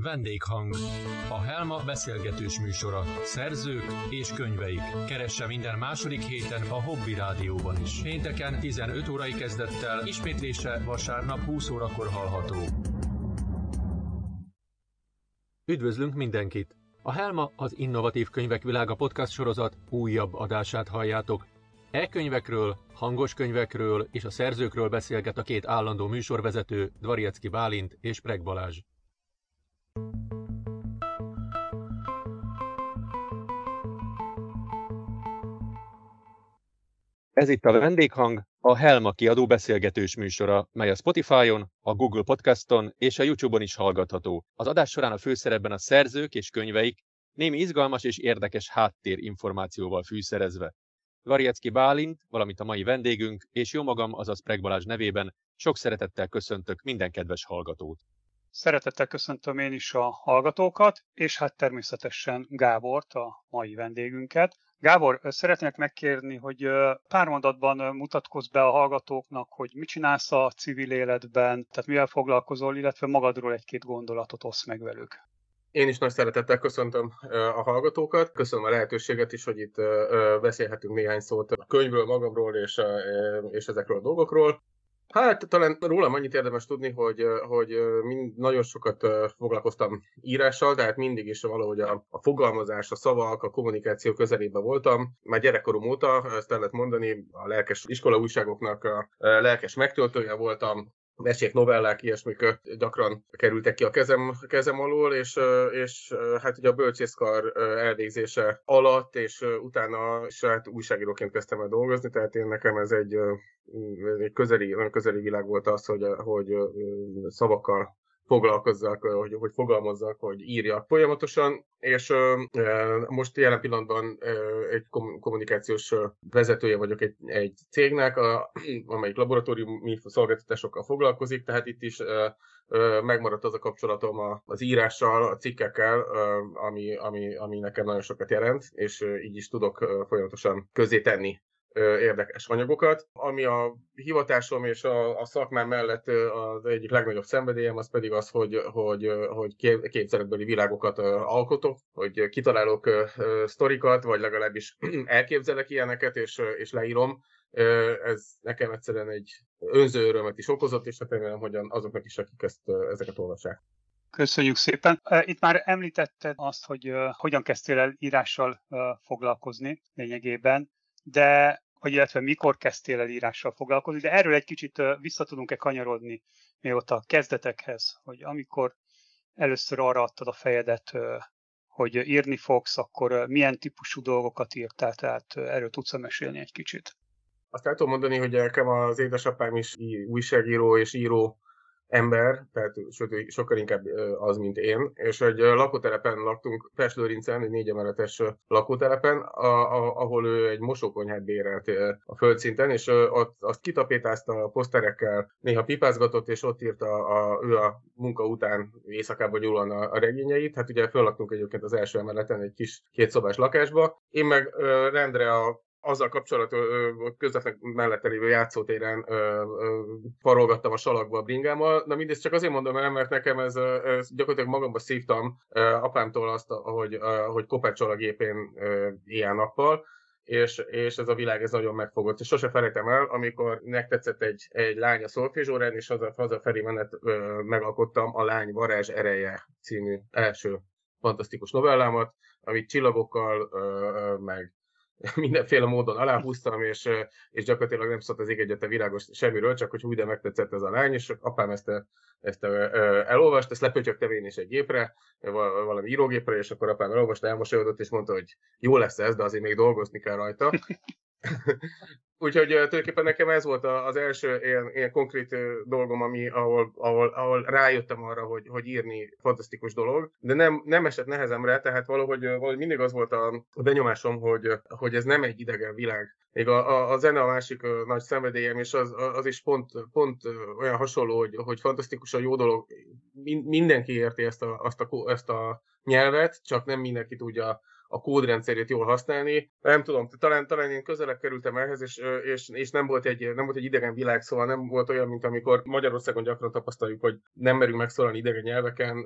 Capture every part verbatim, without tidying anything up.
Vendéghang. A Helma beszélgetős műsora. Szerzők és könyveik. Keresse minden második héten a Hobby Rádióban is. Pénteken tizenöt órai kezdettel, ismétlése vasárnap húsz órakor hallható. Üdvözlünk mindenkit! A Helma az Innovatív Könyvek Világa podcast sorozat újabb adását halljátok. E-könyvekről, hangos könyvekről és a szerzőkről beszélget a két állandó műsorvezető, Dvariecki Bálint és Preg Balázs. Ez itt a Vendéghang, a Helma kiadó beszélgetős műsora, mely a Spotify-on, a Google Podcaston és a YouTube-on is hallgatható. Az adás során a főszerepben a szerzők és könyveik, némi izgalmas és érdekes háttérinformációval fűszerezve. Dvariecki Bálint, valamint a mai vendégünk, és jó magam, azaz Preg Balázs nevében sok szeretettel köszöntök minden kedves hallgatót. Szeretettel köszöntöm én is a hallgatókat, és hát természetesen Gábort, a mai vendégünket. Gábor, szeretnék megkérni, hogy pár mondatban mutatkozz be a hallgatóknak, hogy mit csinálsz a civil életben, tehát mivel foglalkozol, illetve magadról egy-két gondolatot oszd meg velük. Én is nagy szeretettel köszöntöm a hallgatókat. Köszönöm a lehetőséget is, hogy itt beszélhetünk néhány szót a könyvről, magamról és, és ezekről a dolgokról. Hát talán rólam annyit érdemes tudni, hogy, hogy mind, nagyon sokat foglalkoztam írással, tehát mindig is valahogy a, a fogalmazás, a szavak, a kommunikáció közelében voltam. Már gyerekkorom óta, ezt el lehet mondani, a lelkes iskola újságoknak a lelkes megtöltője voltam. Mesék, novellák, ilyesmik gyakran kerültek ki a kezem, kezem alól, és, és hát ugye a bölcsészkar elvégzése alatt, és utána is hát újságíróként kezdtem el dolgozni, tehát én nekem ez egy, egy közeli, nagyon közeli világ volt az, hogy, hogy szavakkal foglalkozzak, hogy, hogy fogalmazzak, hogy írjak folyamatosan, és e, most jelen pillanatban e, egy kommunikációs vezetője vagyok egy, egy cégnek, a, amelyik laboratóriumi szolgáltatásokkal foglalkozik, tehát itt is e, e, megmaradt az a kapcsolatom a, az írással, a cikkekkel, e, ami, ami, ami nekem nagyon sokat jelent, és e, így is tudok e, folyamatosan közé tenni érdekes anyagokat. Ami a hivatásom és a, a szakmám mellett az egyik legnagyobb szenvedélyem, az pedig az, hogy, hogy, hogy képzeletbeli világokat alkotok, hogy kitalálok sztorikat, vagy legalábbis elképzelek ilyeneket, és, és leírom. Ez nekem egyszerűen egy önző örömet is okozott, és hát remélem, hogy azoknak is, akik ezt, ezeket olvassák. Köszönjük szépen. Itt már említetted azt, hogy hogyan kezdtél el írással foglalkozni lényegében, de, vagy illetve mikor kezdtél el írással foglalkozni, de erről egy kicsit vissza tudunk-e kanyarodni mióta a kezdetekhez, hogy amikor először arra adtad a fejedet, hogy írni fogsz, akkor milyen típusú dolgokat írtál, tehát erről tudsz mesélni egy kicsit? Azt el tudom mondani, hogy nekem az édesapám is újságíró és író ember, tehát sokkal inkább az, mint én, és egy lakótelepen laktunk, Pest-Lőrincen, egy négy emeletes lakótelepen, a, a, ahol ő egy mosókonyhát bérelt a földszinten, és ott azt kitapétázta a poszterekkel, néha pipázgatott, és ott írta a, ő a munka után éjszakában nyúlóan a, a regényeit. Hát ugye föllaktunk egyébként az első emeleten egy kis kétszobás lakásba. Én meg rendre a azzal kapcsolatban közvetlen mellette lévő játszótéren ö, ö, parolgattam a salakba a bringámmal. Na mindezt csak azért mondom el, mert nekem ez, ez gyakorlatilag magamba szívtam ö, apámtól azt, hogy, ö, hogy kopácsol a gépén éjjel-nappal, és, és ez a világ ez nagyon megfogott. És sose felejtem el, amikor megtetszett egy, egy lány a szolfézsórán, és haza, hazafelé menet ö, megalkottam a Lány varázs ereje című első fantasztikus novellámat, amit csillagokkal ö, ö, meg mindenféle módon aláhúztam, és, és gyakorlatilag nem szólt az ég egyet a világos semmiről, csak hogy úgy, de megtetszett ez a lány, és apám ezt, ezt elolvast, ezt lepötyögte én is egy gépre, valami írógépre, és akkor apám elolvasta, elmosolyodott, és mondta, hogy jó lesz ez, de azért még dolgozni kell rajta. Úgyhogy tulajdonképpen nekem ez volt az első ilyen, ilyen konkrét dolgom, ami, ahol, ahol, ahol rájöttem arra, hogy, hogy írni fantasztikus dolog, de nem, nem esett nehezemre, tehát valahogy, valahogy mindig az volt a benyomásom, hogy, hogy ez nem egy idegen világ. Még a, a, a zene a másik nagy szenvedélyem, és az, az is pont, pont olyan hasonló, hogy, hogy fantasztikusan jó dolog, mindenki érti ezt a, azt a, ezt a nyelvet, csak nem mindenki tudja a kódrendszerét jól használni. Nem tudom, talán, talán én közelebb kerültem ehhez, és, és, és nem, volt egy, nem volt egy idegen világ, szóval nem volt olyan, mint amikor Magyarországon gyakran tapasztaljuk, hogy nem merünk megszólalni idegen nyelveken,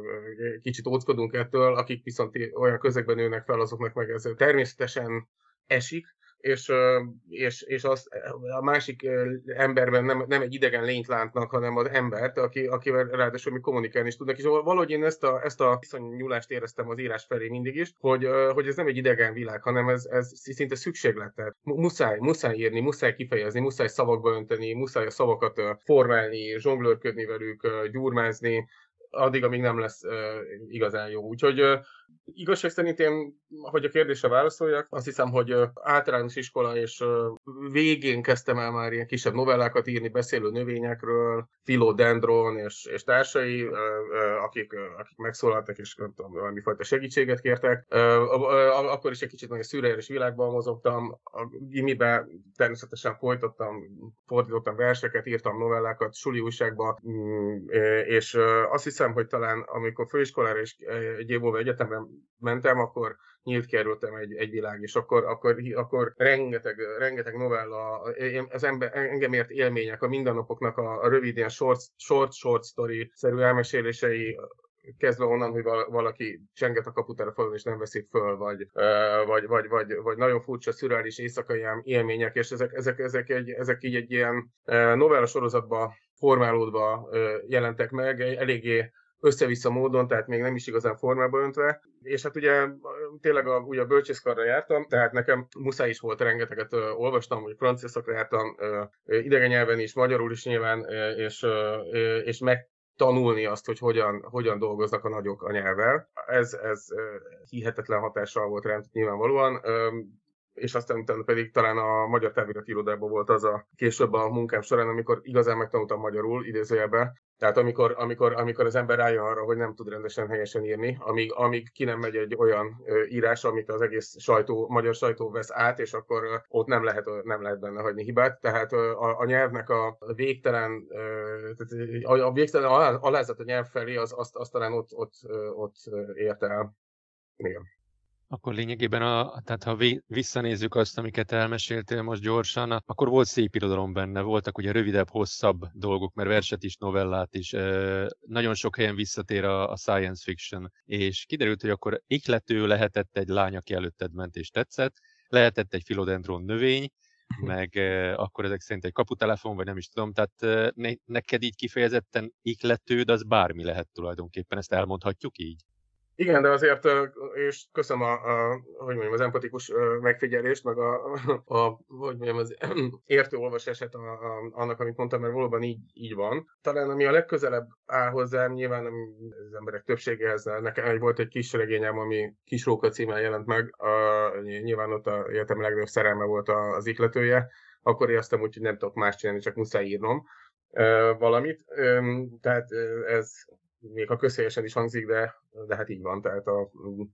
kicsit óckodunk ettől, akik viszont olyan közegben nőnek fel, azoknak meg ez természetesen esik, és, és, és az, a másik emberben nem, nem egy idegen lényt látnak, hanem az embert, aki, akivel ráadásul mi kommunikálni is tudnak. És valahogy én ezt a, ezt a viszonyulást éreztem az írás felé mindig is, hogy, hogy ez nem egy idegen világ, hanem ez, ez szinte szükséglet. Tehát muszáj, muszáj írni, muszáj kifejezni, muszáj szavakba önteni, muszáj a szavakat formálni, zsonglőrködni velük, gyurmázni, addig, amíg nem lesz uh, igazán jó. Úgyhogy uh, igazság szerint én, hogy a kérdésre válaszoljak, azt hiszem, hogy uh, általános iskola és uh, végén kezdtem el már ilyen kisebb novellákat írni, beszélő növényekről, Philodendron és, és társai, uh, uh, akik, uh, akik megszólaltak és nem tudom, valamifajta segítséget kértek. Uh, uh, uh, akkor is egy kicsit nagyon szürreális világban mozogtam. A gimiben természetesen folytattam, fordítottam verseket, írtam novellákat, suli újságba, mm, és uh, azt hiszem, hogy talán amikor főiskolára és egy év múlva egyetemre mentem, akkor nyílt kerültem egy, egy világ, és akkor, akkor, akkor rengeteg, rengeteg novella, az ember, engem ért élmények, a mindennapoknak a, a rövid ilyen short, short, short story-szerű elmesélései, kezdve onnan, hogy valaki csenget a kaputelefon és nem veszik föl, vagy, vagy, vagy, vagy, vagy nagyon furcsa, szürreális éjszakai élmények, és ezek, ezek, ezek, egy, ezek így egy ilyen novella sorozatba formálódva jelentek meg, eléggé össze-vissza módon, tehát még nem is igazán formába öntve. És hát ugye tényleg a, ugye a bölcsészkarra jártam, tehát nekem muszáj is volt, rengeteget uh, olvastam, hogy francia szakra jártam, uh, idegen nyelven is, magyarul is nyilván, uh, és, uh, és meg tanulni azt, hogy hogyan, hogyan dolgoznak a nagyok a nyelvvel. Ez, ez uh, hihetetlen hatással volt rám nyilvánvalóan. Um, és aztán utána pedig talán a magyar távirati irodában volt az a később a munkám során, amikor igazán megtanultam magyarul, idézőjelben. Tehát amikor, amikor, amikor az ember rájön arra, hogy nem tud rendesen helyesen írni, amíg, amíg ki nem megy egy olyan ö, írás, amit az egész sajtó, magyar sajtó vesz át, és akkor ö, ott nem lehet, ö, nem lehet benne hagyni hibát. Tehát ö, a, a nyelvnek a végtelen, ö, tehát a, a végtelen alázat a nyelv felé, az, azt, azt talán ott, ott, ö, ott ért el. Igen. Akkor lényegében, a, tehát ha visszanézzük azt, amiket elmeséltél most gyorsan, akkor volt szép irodalom benne, voltak ugye rövidebb, hosszabb dolgok, mert verset is, novellát is, nagyon sok helyen visszatér a, a science fiction, és kiderült, hogy akkor ihlető lehetett egy lány, aki előtted ment és tetszett, lehetett egy Philodendron növény, meg akkor ezek szerint egy kaputelefon, vagy nem is tudom, tehát ne, neked így kifejezetten ihletőd, az bármi lehet tulajdonképpen, ezt elmondhatjuk így? Igen, de azért, és köszönöm a, a, hogy mondjam, az empatikus megfigyelést, meg a, a hogy mondjam, az értő olvasását a, a, annak, amit mondtam, mert valóban így, így van. Talán ami a legközelebb áll hozzám, nyilván az emberek többségéhez, nekem volt egy kis regényem, ami Kisróka címmel jelent meg, a, nyilván ott a életem legnagyobb szerelme volt az ihletője, akkor éreztem úgy, hogy nem tudok más csinálni, csak muszáj írnom valamit. Tehát ez még ha közhelyesen is hangzik, de, de hát így van, tehát a,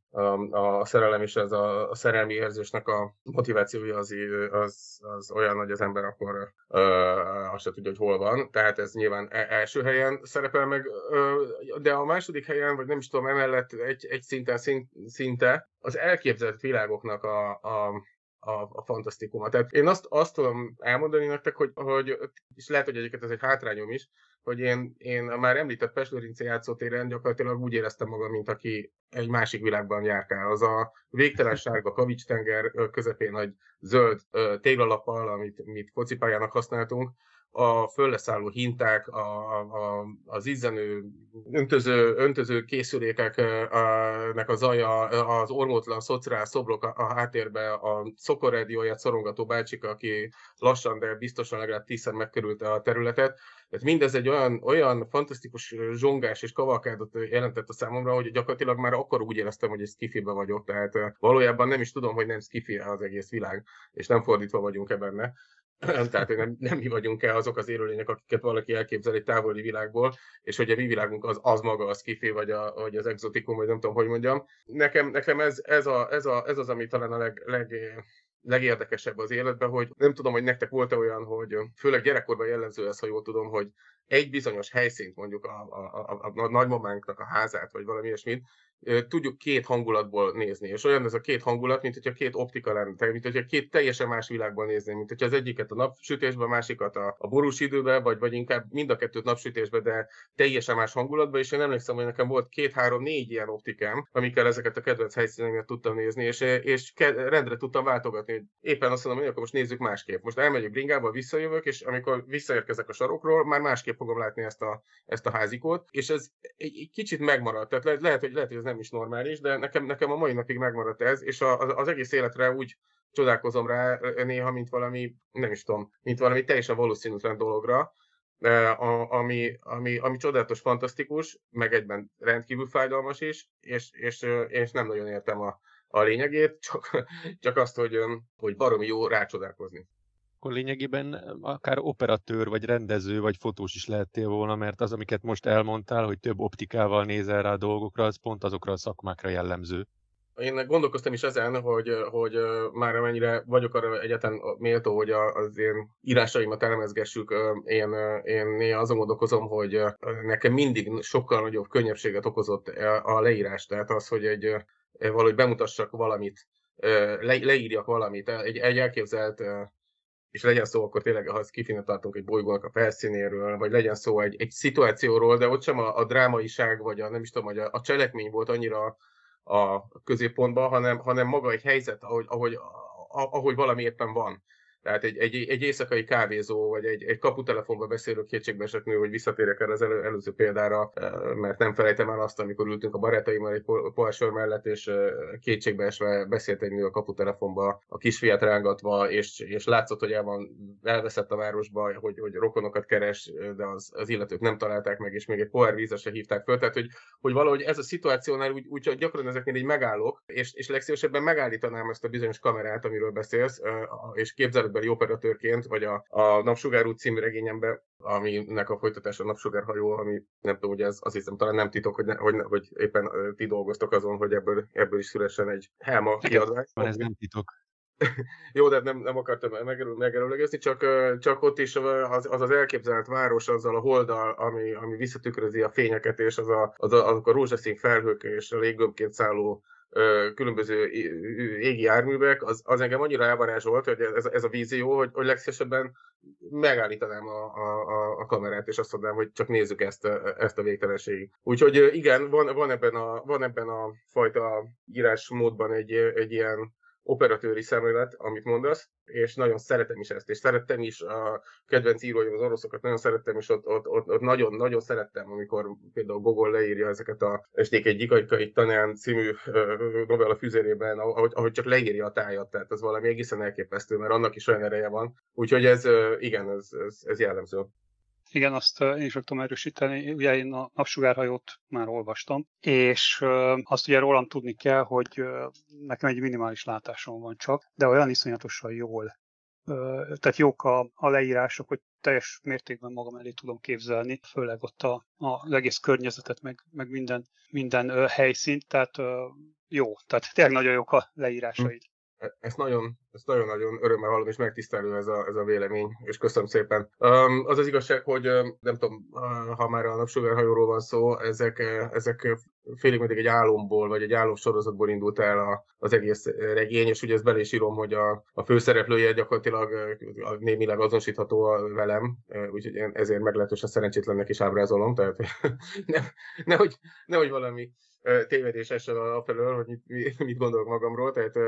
a, a szerelem és ez a, a szerelmi érzésnek a motivációja az, az, az olyan, hogy az ember akkor ö, azt se tudja, hogy hol van, tehát ez nyilván első helyen szerepel meg, ö, de a második helyen, vagy nem is tudom, emellett egy, egy szinten szinte az elképzelt világoknak a, a A, a fantasztikuma. Tehát én azt, azt tudom elmondani nektek, hogy, hogy, és lehet, hogy egyébként ez egy hátrányom is, hogy én, én a már említett Pest-Lőrinci játszótéren gyakorlatilag úgy éreztem magam, mint aki egy másik világban járkál. Az a végtelen sárga kavics-tenger közepén egy zöld téglalappal, amit, amit focipályának használtunk, a fölleszálló hinták, a, a, az izzenő, öntöző, öntöző készülékeknek a zaja, az ormótlan szociál szobrok a, a háttérbe, a szokorrádióját szorongató bácsika, aki lassan, de biztosan legalább tízszer megkerülte a területet. Tehát mindez egy olyan, olyan fantasztikus zsongás és kavalkádot jelentett a számomra, hogy gyakorlatilag már akkor úgy éreztem, hogy egy skifibe vagyok. Tehát valójában nem is tudom, hogy nem skifi az egész világ, és nem fordítva vagyunk-e benne. Tehát, hogy nem, nem mi vagyunk-e azok az élőlények, akiket valaki elképzel egy távoli világból, és hogy a mi világunk az, az maga a skifi, vagy, a, vagy az exotikum, vagy nem tudom, hogy mondjam. Nekem, nekem ez, ez, a, ez, a, ez az, ami talán a leg, leg, legérdekesebb az életben, hogy nem tudom, hogy nektek volt-e olyan, hogy főleg gyerekkorban jellemző ez, ha jól tudom, hogy egy bizonyos helyszínt, mondjuk a, a, a, a nagymamánknak a házát, vagy valami ilyesmit, tudjuk két hangulatból nézni, és olyan ez a két hangulat, mint hogyha két optika lenne, mint hogyha két teljesen más világból néznénk, mint hogyha az egyiket a napsütésben, a másikat a, a borús időben, vagy, vagy inkább mind a kettőt napsütésben, de teljesen más hangulatban, és én emlékszem, hogy nekem volt két, három, négy ilyen optikám, amikkel ezeket a kedvenc helyszíneket tudtam nézni, és, és rendre tudtam váltogatni, hogy éppen azt mondom, hogy akkor most nézzük másképp. Most elmegyek bringába, visszajövök, és amikor visszaérkezek a sarokról, már másképp fogom látni ezt a, ezt a házikót, és ez egy, egy kicsit megmaradt. Tehát le, lehet, hogy, lehet, hogy ez nem is normális, de nekem, nekem a mai napig megmaradt ez, és a, az, az egész életre úgy csodálkozom rá néha, mint valami, nem is tudom, mint valami teljesen valószínűtlen dologra, ami, ami, ami csodálatos, fantasztikus, meg egyben rendkívül fájdalmas is, és, és, és nem nagyon értem a, a lényegét, csak, csak azt, hogy, hogy baromi jó rácsodálkozni. Akkor lényegében akár operatőr, vagy rendező, vagy fotós is lehettél volna, mert az, amiket most elmondtál, hogy több optikával nézel rá a dolgokra, az pont azokra a szakmákra jellemző. Én gondolkoztam is ezen, hogy, hogy már amennyire vagyok arra egyetlen méltó, hogy az én írásaimat elemezgessük, én, én néha azon gondolkozom, hogy nekem mindig sokkal nagyobb könnyebbséget okozott a leírás. Tehát az, hogy egy, valahogy bemutassak valamit, le, leírjak valamit, egy, egy elképzelt, és legyen szó akkor tényleg, ha kifinet tartunk egy bolygónak a felszínéről, vagy legyen szó egy, egy szituációról, de ott sem a, a drámaiság, vagy a, nem is tudom, hogy a, a cselekmény volt annyira a középpontban, hanem, hanem maga egy helyzet, ahogy, ahogy, ahogy valami éppen van. Tehát egy, egy, egy éjszakai kávézó, vagy egy, egy kaputelefonba beszélő kétségbeesett nő, hogy visszatérek erre az elő, előző példára, mert nem felejtem el azt, amikor ültünk a barátaimmal egy pohár mellett, és kétségbeesve beszélt egy nő a kaputelefonba, a kisfiát rángatva, és, és látszott, hogy el van, elveszett a városba, hogy, hogy rokonokat keres, de az, az illetők nem találták meg, és még egy pohár vízre se hívták föl. Tehát, hogy, hogy valahogy ez a szituációnál úgy, úgy gyakran ezeknél így megállok, és, és legszívesebben megállítanám ezt a bizonyos kamerát, amiről beszélsz, és képzeled operatőrként, vagy a, a Napsugár út című regényemben, aminek a folytatása a Napsugárhajó, ami nem tudom, hogy ez azt hiszem talán nem titok, hogy, ne, hogy, hogy éppen ti dolgoztok azon, hogy ebből, ebből is szülessen egy Helma kiadvány. Ez nem titok. Jó, de nem, nem akartam megerőlegezni, csak, csak ott is az, az az elképzelt város azzal a holddal, ami, ami visszatükrözi a fényeket, és az a, az a, azok a rózsaszín felhők és a léggömbként szálló különböző égi járművek, az, az engem annyira elvarázsolt, hogy ez, ez a vízió, hogy, hogy legszívesebben megállítanám a, a, a kamerát, és azt mondanám, hogy csak nézzük ezt, ezt a végtelenségig. Úgyhogy igen, van, van, ebben a, van ebben a fajta írásmódban egy, egy ilyen operatőri szemlélet, amit mondasz, és nagyon szeretem is ezt, és szerettem is a kedvenc íróim, az oroszokat nagyon szerettem, és ott, ott, ott, ott nagyon, nagyon szerettem, amikor például Gogol leírja ezeket a Esték egy Gyikajkai Tanyán című novella füzérében, ahogy, ahogy csak leírja a tájat, tehát ez valami egészen elképesztő, mert annak is olyan ereje van. Úgyhogy ez, igen, ez, ez, ez jellemző. Igen, azt én is tudom erősíteni. Ugye én a Napsugárhajót már olvastam, és azt ugye rólam tudni kell, hogy nekem egy minimális látásom van csak, de olyan iszonyatosan jól. Tehát jók a, a leírások, hogy teljes mértékben magam elé tudom képzelni, főleg ott a, a, az egész környezetet, meg, meg minden, minden helyszínt, tehát jó, tehát tényleg nagyon jók a leírásaid. Ezt nagyon, ezt nagyon-nagyon örömmel hallom, és megtisztelő ez a, ez a vélemény, és köszönöm szépen. Um, az az igazság, hogy nem tudom, ha már a Napsugárhajóról van szó, ezek, ezek félig meddig egy álomból, vagy egy álomsorozatból indult el a, az egész regény, és ugye ezt bele is írom, hogy a, a főszereplője gyakorlatilag némileg azonosítható velem, úgyhogy én ezért meglehetősen szerencsétlennek is ábrázolom, tehát ne, nehogy, nehogy valami tévedés essen afelől, hogy mit, mit gondolok magamról, tehát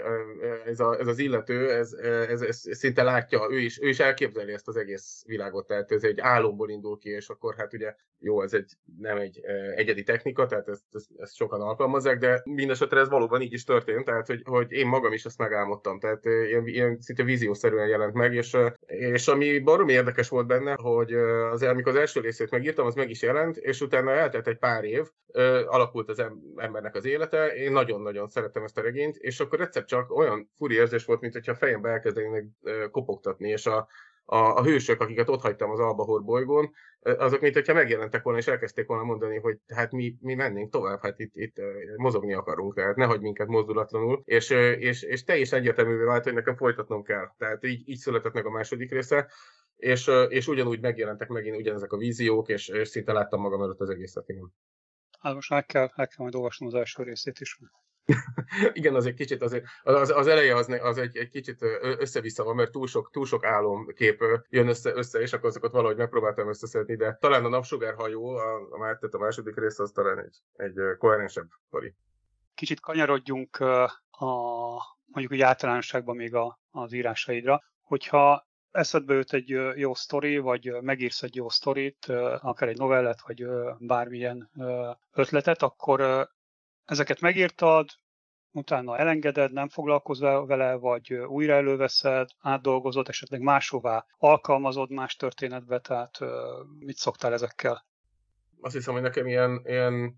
ez, a, ez az illető, ez, ez, ez szinte látja, ő is, ő is elképzeli ezt az egész világot, tehát ez egy álomból indul ki, és akkor hát ugye jó, ez egy, nem egy egyedi technika, tehát ezt, ezt, ezt sokan alkalmazzák, de mindesetre ez valóban így is történt, tehát hogy, hogy én magam is ezt megálmodtam, tehát ilyen, ilyen szinte víziószerűen jelent meg, és, és ami baromi érdekes volt benne, hogy az, amikor az első részét megírtam, az meg is jelent, és utána eltelt egy pár év, alakult az embernek az élete, én nagyon-nagyon szerettem ezt a regényt, és akkor egyszer csak olyan furi érzés volt, mint hogyha a fejembe elkezdenének kopogtatni, és a, a, a hősök, akiket ott hagytam az Albahor bolygón, azok mint hogyha megjelentek volna, és elkezdték volna mondani, hogy hát mi, mi mennénk tovább, hát itt, itt mozogni akarunk, tehát ne hagyj minket mozdulatlanul, és, és, és teljesen egyértelművé vált, hogy nekem folytatnom kell. Tehát így, így született meg a második része, és, és ugyanúgy megjelentek megint ugyanezek a víziók, és, és szinte láttam magam előtt az egészet. Igen. Hát most meg kell, meg kell majd olvasnom az első részét is. Igen, az egy kicsit azért, az, az eleje az, az egy, egy kicsit össze-vissza van, mert túl sok, túl sok álomkép jön össze, össze, és akkor azokat valahogy megpróbáltam összeszedni, de talán a napsugárhajó, a, a, a második rész, az talán egy, egy koherensebb sztori. Kicsit kanyarodjunk a, mondjuk úgy általánosságban még a, az írásaidra. Hogyha eszedbe jut egy jó sztori, vagy megírsz egy jó sztorit, akár egy novellet, vagy bármilyen ötletet, akkor ezeket megírtad, utána elengeded, nem foglalkozol vele, vagy újra előveszed, átdolgozod, esetleg máshová alkalmazod más történetbe, tehát mit szoktál ezekkel? Azt hiszem, hogy nekem ilyen, ilyen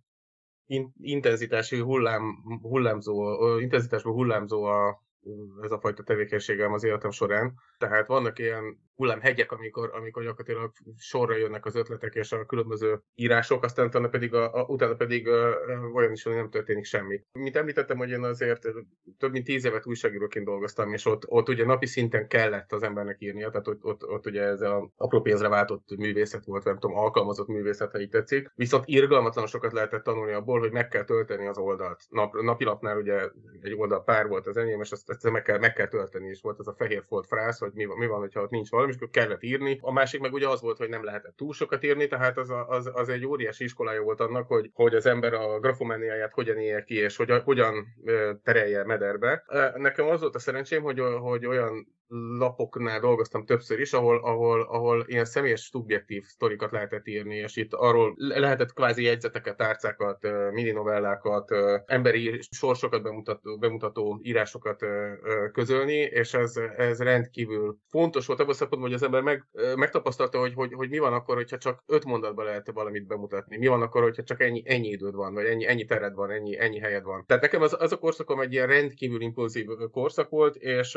intenzitási hullám, hullámzó, intenzitásban hullámzó a, ez a fajta tevékenységem az életem során. Tehát vannak ilyen hullámhegyek, amikor, amikor gyakorlatilag sorra jönnek az ötletek és a különböző írások, aztán utána pedig, a, a, utána pedig a, olyan is, hogy nem történik semmi. Mint említettem, hogy én azért több mint tíz évet újságíróként dolgoztam, és ott, ott ugye napi szinten kellett az embernek írnia, tehát ott, ott, ott ugye ez a apró pénzre váltott művészet volt, nem tudom, alkalmazott művészet, ha így tetszik. Viszont irgalmatlan sokat lehetett tanulni abból, hogy meg kell tölteni az oldalt. Nap, napilapnál ugye egy oldal pár volt az enyém, és azt, ezt meg kell, meg kell tölteni, és volt ez a fehér folt frász, hogy mi van, mi van, hogyha ott nincs valami, és akkor kellett írni. A másik meg ugye az volt, hogy nem lehetett túl sokat írni, tehát az, a, az, az egy óriási iskolája volt annak, hogy, hogy az ember a grafomániáját hogyan élje ki, és hogy, hogyan terelje mederbe. Nekem az volt a szerencsém, hogy, hogy olyan lapoknál dolgoztam többször is, ahol, ahol, ahol ilyen személyes szubjektív sztorikat lehetett írni, és itt arról lehetett kvázi jegyzeteket, tárcákat, mininovellákat, emberi sorsokat bemutató, bemutató írásokat közölni, és ez, ez rendkívül fontos volt abban a szempontból, hogy az ember meg, megtapasztalta, hogy, hogy, hogy mi van akkor, hogyha csak öt mondatban lehet valamit bemutatni, mi van akkor, hogyha csak ennyi, ennyi időd van, vagy ennyi, ennyi tered van, ennyi, ennyi helyed van. Tehát nekem az, az a korszakom egy ilyen rendkívül impulzív korszak volt, és,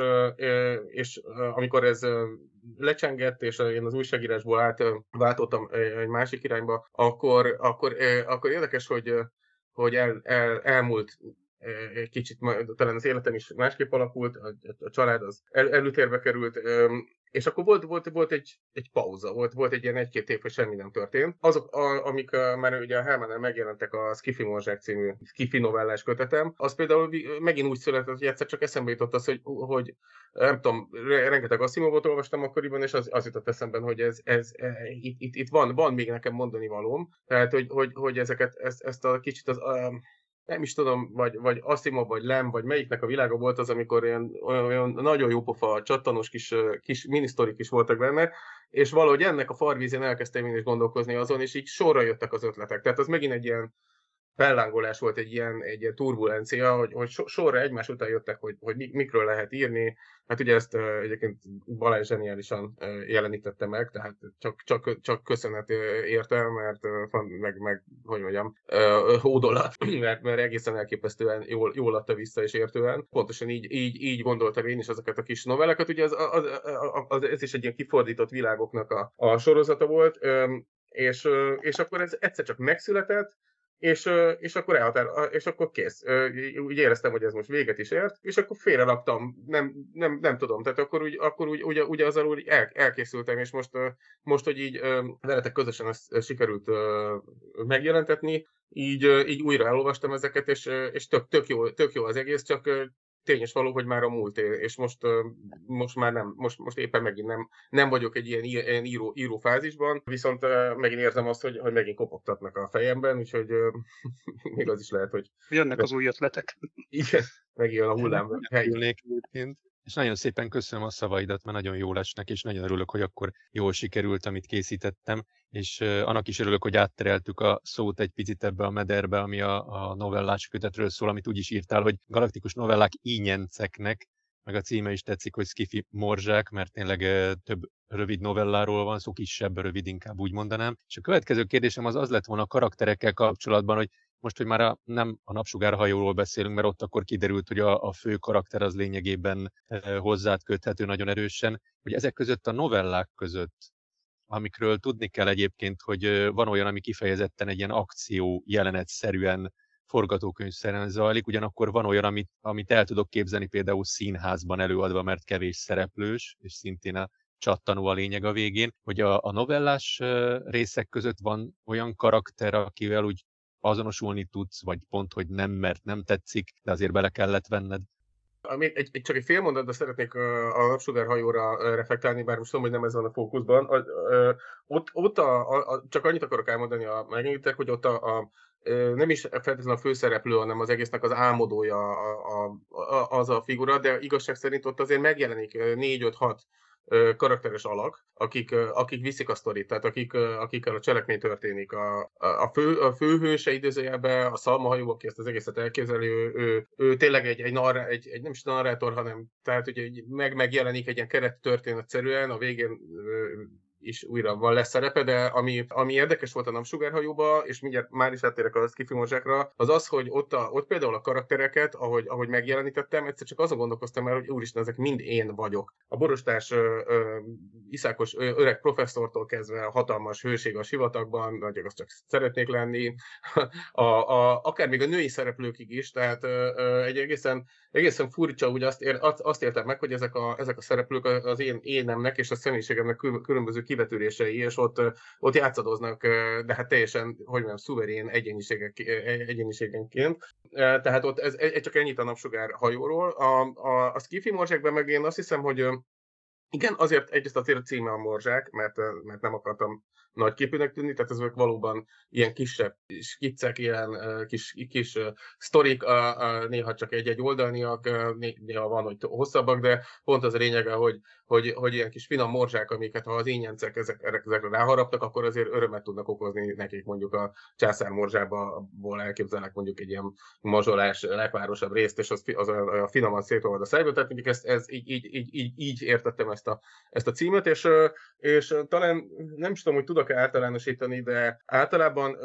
és és amikor ez lecsengett, és én az újságírásból átváltottam egy másik irányba, akkor, akkor, akkor érdekes, hogy, hogy el, el, elmúlt egy kicsit, talán az életem is másképp alakult, a, a család az el, előtérbe került, és akkor volt, volt, volt egy, egy pauza, volt, volt egy ilyen egy-két év, hogy semmi nem történt. Azok, a, amik a, már ugye a Hellmannel megjelentek, a Skifi Morzsák című Skifi novellás kötetem, az például megint úgy született, hogy egyszer csak eszembe jutott az, hogy, hogy nem tudom, rengeteg Asimovot olvastam akkoriban, és az, az jutott eszemben, hogy ez, ez, itt, itt, itt van, van még nekem mondani valóm, tehát hogy, hogy, hogy ezeket, ezt, ezt a kicsit az... A, nem is tudom, vagy, vagy Asimov, vagy Lem, vagy melyiknek a világa volt az, amikor olyan, olyan nagyon jópofa, csattanos kis, kis minisztorik is voltak benne, és valahogy ennek a farvízén elkezdtem én is gondolkozni azon, és így sorra jöttek az ötletek. Tehát az megint egy ilyen fellángolás volt, egy ilyen, egy ilyen turbulencia, hogy, hogy sorra egymás után jöttek, hogy, hogy mikről lehet írni. Hát ugye ezt uh, egyébként Balázs zseniálisan uh, jelenítette meg, tehát csak, csak, csak köszönet érte, mert uh, meg, meg, hogy mondjam, uh, hódolat, mert, mert egészen elképesztően jól, jól adta vissza és értően. Pontosan így, így, így gondoltam én is ezeket a kis novelleket. Ugye az, az, az, az, ez is egy ilyen kifordított világoknak a, a sorozata volt, um, és, uh, és akkor ez egyszer csak megszületett, És, és akkor elhatár, és akkor kész. Úgy éreztem, hogy ez most véget is ért, és akkor félreraktam, nem, nem, nem tudom, tehát akkor úgy, akkor úgy ugye, ugye azzal úgy el, elkészültem, és most, most, hogy így veletek közösen ezt sikerült megjelentetni, így, így újra elolvastam ezeket, és, és tök, tök, jó, tök jó az egész, csak tényes való, hogy már a múlt él, és most, most már nem, most, most éppen megint nem, nem vagyok egy ilyen, ilyen író, író fázisban, viszont megint érzem azt, hogy, hogy megint kopogtatnak a fejemben, úgyhogy még az is lehet, hogy... Jönnek az új ötletek. Igen, megjön a hullám. És nagyon szépen köszönöm a szavaidat, mert nagyon jól esnek, és nagyon örülök, hogy akkor jól sikerült, amit készítettem, és uh, annak is örülök, hogy áttereltük a szót egy picit ebbe a mederbe, ami a, a novellás kötetről szól, amit úgy is írtál, hogy galaktikus novellák ínyenceknek, meg a címe is tetszik, hogy Skifi Morzsák, mert tényleg uh, több rövid novelláról van szó, kisebb, rövid inkább úgy mondanám. És a következő kérdésem az az lett volna a karakterekkel kapcsolatban, hogy most, hogy már a, nem a napsugárhajóról beszélünk, mert ott akkor kiderült, hogy a, a fő karakter az lényegében e, hozzád köthető nagyon erősen, hogy ezek között a novellák között, amikről tudni kell egyébként, hogy van olyan, ami kifejezetten egy ilyen akció jelenetszerűen, forgatókönyvszerűen zajlik, ugyanakkor van olyan, amit, amit el tudok képzelni például színházban előadva, mert kevés szereplős, és szintén a csattanó a lényeg a végén, hogy a, a novellás részek között van olyan karakter, akivel úgy azonosulni tudsz, vagy pont, hogy nem, mert nem tetszik, de azért bele kellett venned? Ami egy, egy, csak egy fél mondatban szeretnék a napsugár hajóra reflektálni, bár most tudom, hogy nem ez van a fókuszban. A, a, ott ott a, a, a, csak annyit akarok elmondani a megengedtek, hogy ott a, a nem is feltétlenül a főszereplő, hanem az egésznek az álmodója a, a, a, az a figura, de igazság szerint ott azért megjelenik négy öt hat karakteres alak, akik, akik viszik a sztorit, tehát akik, akikkel a cselekmény történik. A, a, fő, a főhőse idézőjelben, a szalmahajó, aki ezt az egészet elképzeli, ő, ő, ő tényleg egy, egy, narrá, egy, egy nem is narrátor, hanem tehát ugye meg, megjelenik egy ilyen keret történetszerűen, a végén is újra van lesz szerepe, de ami, ami érdekes volt a napsugárhajóba, és mindjárt már is áttérek a sci-fi morzsákra, az az, hogy ott, a, ott például a karaktereket, ahogy, ahogy megjelenítettem, egyszer csak azon gondolkoztam el, hogy úristen, ezek mind én vagyok. A borostás ö, ö, iszákos ö, öreg professzortól kezdve a hatalmas hőség a sivatagban, nagyok azt csak szeretnék lenni, a, a, akár még a női szereplőkig is, tehát ö, ö, egy egészen, egészen furcsa, úgy azt, ér, azt, azt éltem meg, hogy ezek a, ezek a szereplők az én énemnek és a személyiségemnek különböző kivetülései, és ott, ott játszadoznak, de hát teljesen, hogy mondjam, szuverén egyéniségenként. Tehát ott ez, ez csak ennyit a napsugár hajóról. A, a, a sci-fi morzsákban meg én azt hiszem, hogy igen, azért egyrészt azért a címe a morzsák, mert, mert nem akartam nagyképűnek tűnni, tehát ezek valóban ilyen kisebb skiccek, ilyen kis, kis sztorik, néha csak egy-egy oldalniak, néha van, hogy hosszabbak, de pont az a lényege, hogy, hogy, hogy ilyen kis finom morzsák, amiket ha az ényencek ezek, ezekre ráharaptak, akkor azért örömet tudnak okozni nekik, mondjuk a császár morzsából elképzelnek mondjuk egy ilyen mazsolás, legvárosabb részt, és az, az a finoman szétolvad a szájba, tehát mondjuk ezt, ez, így, így, így, így, így értettem ezt a, ezt a címet, és, és talán nem is tudom, hogy tudok-e általánosítani, de általában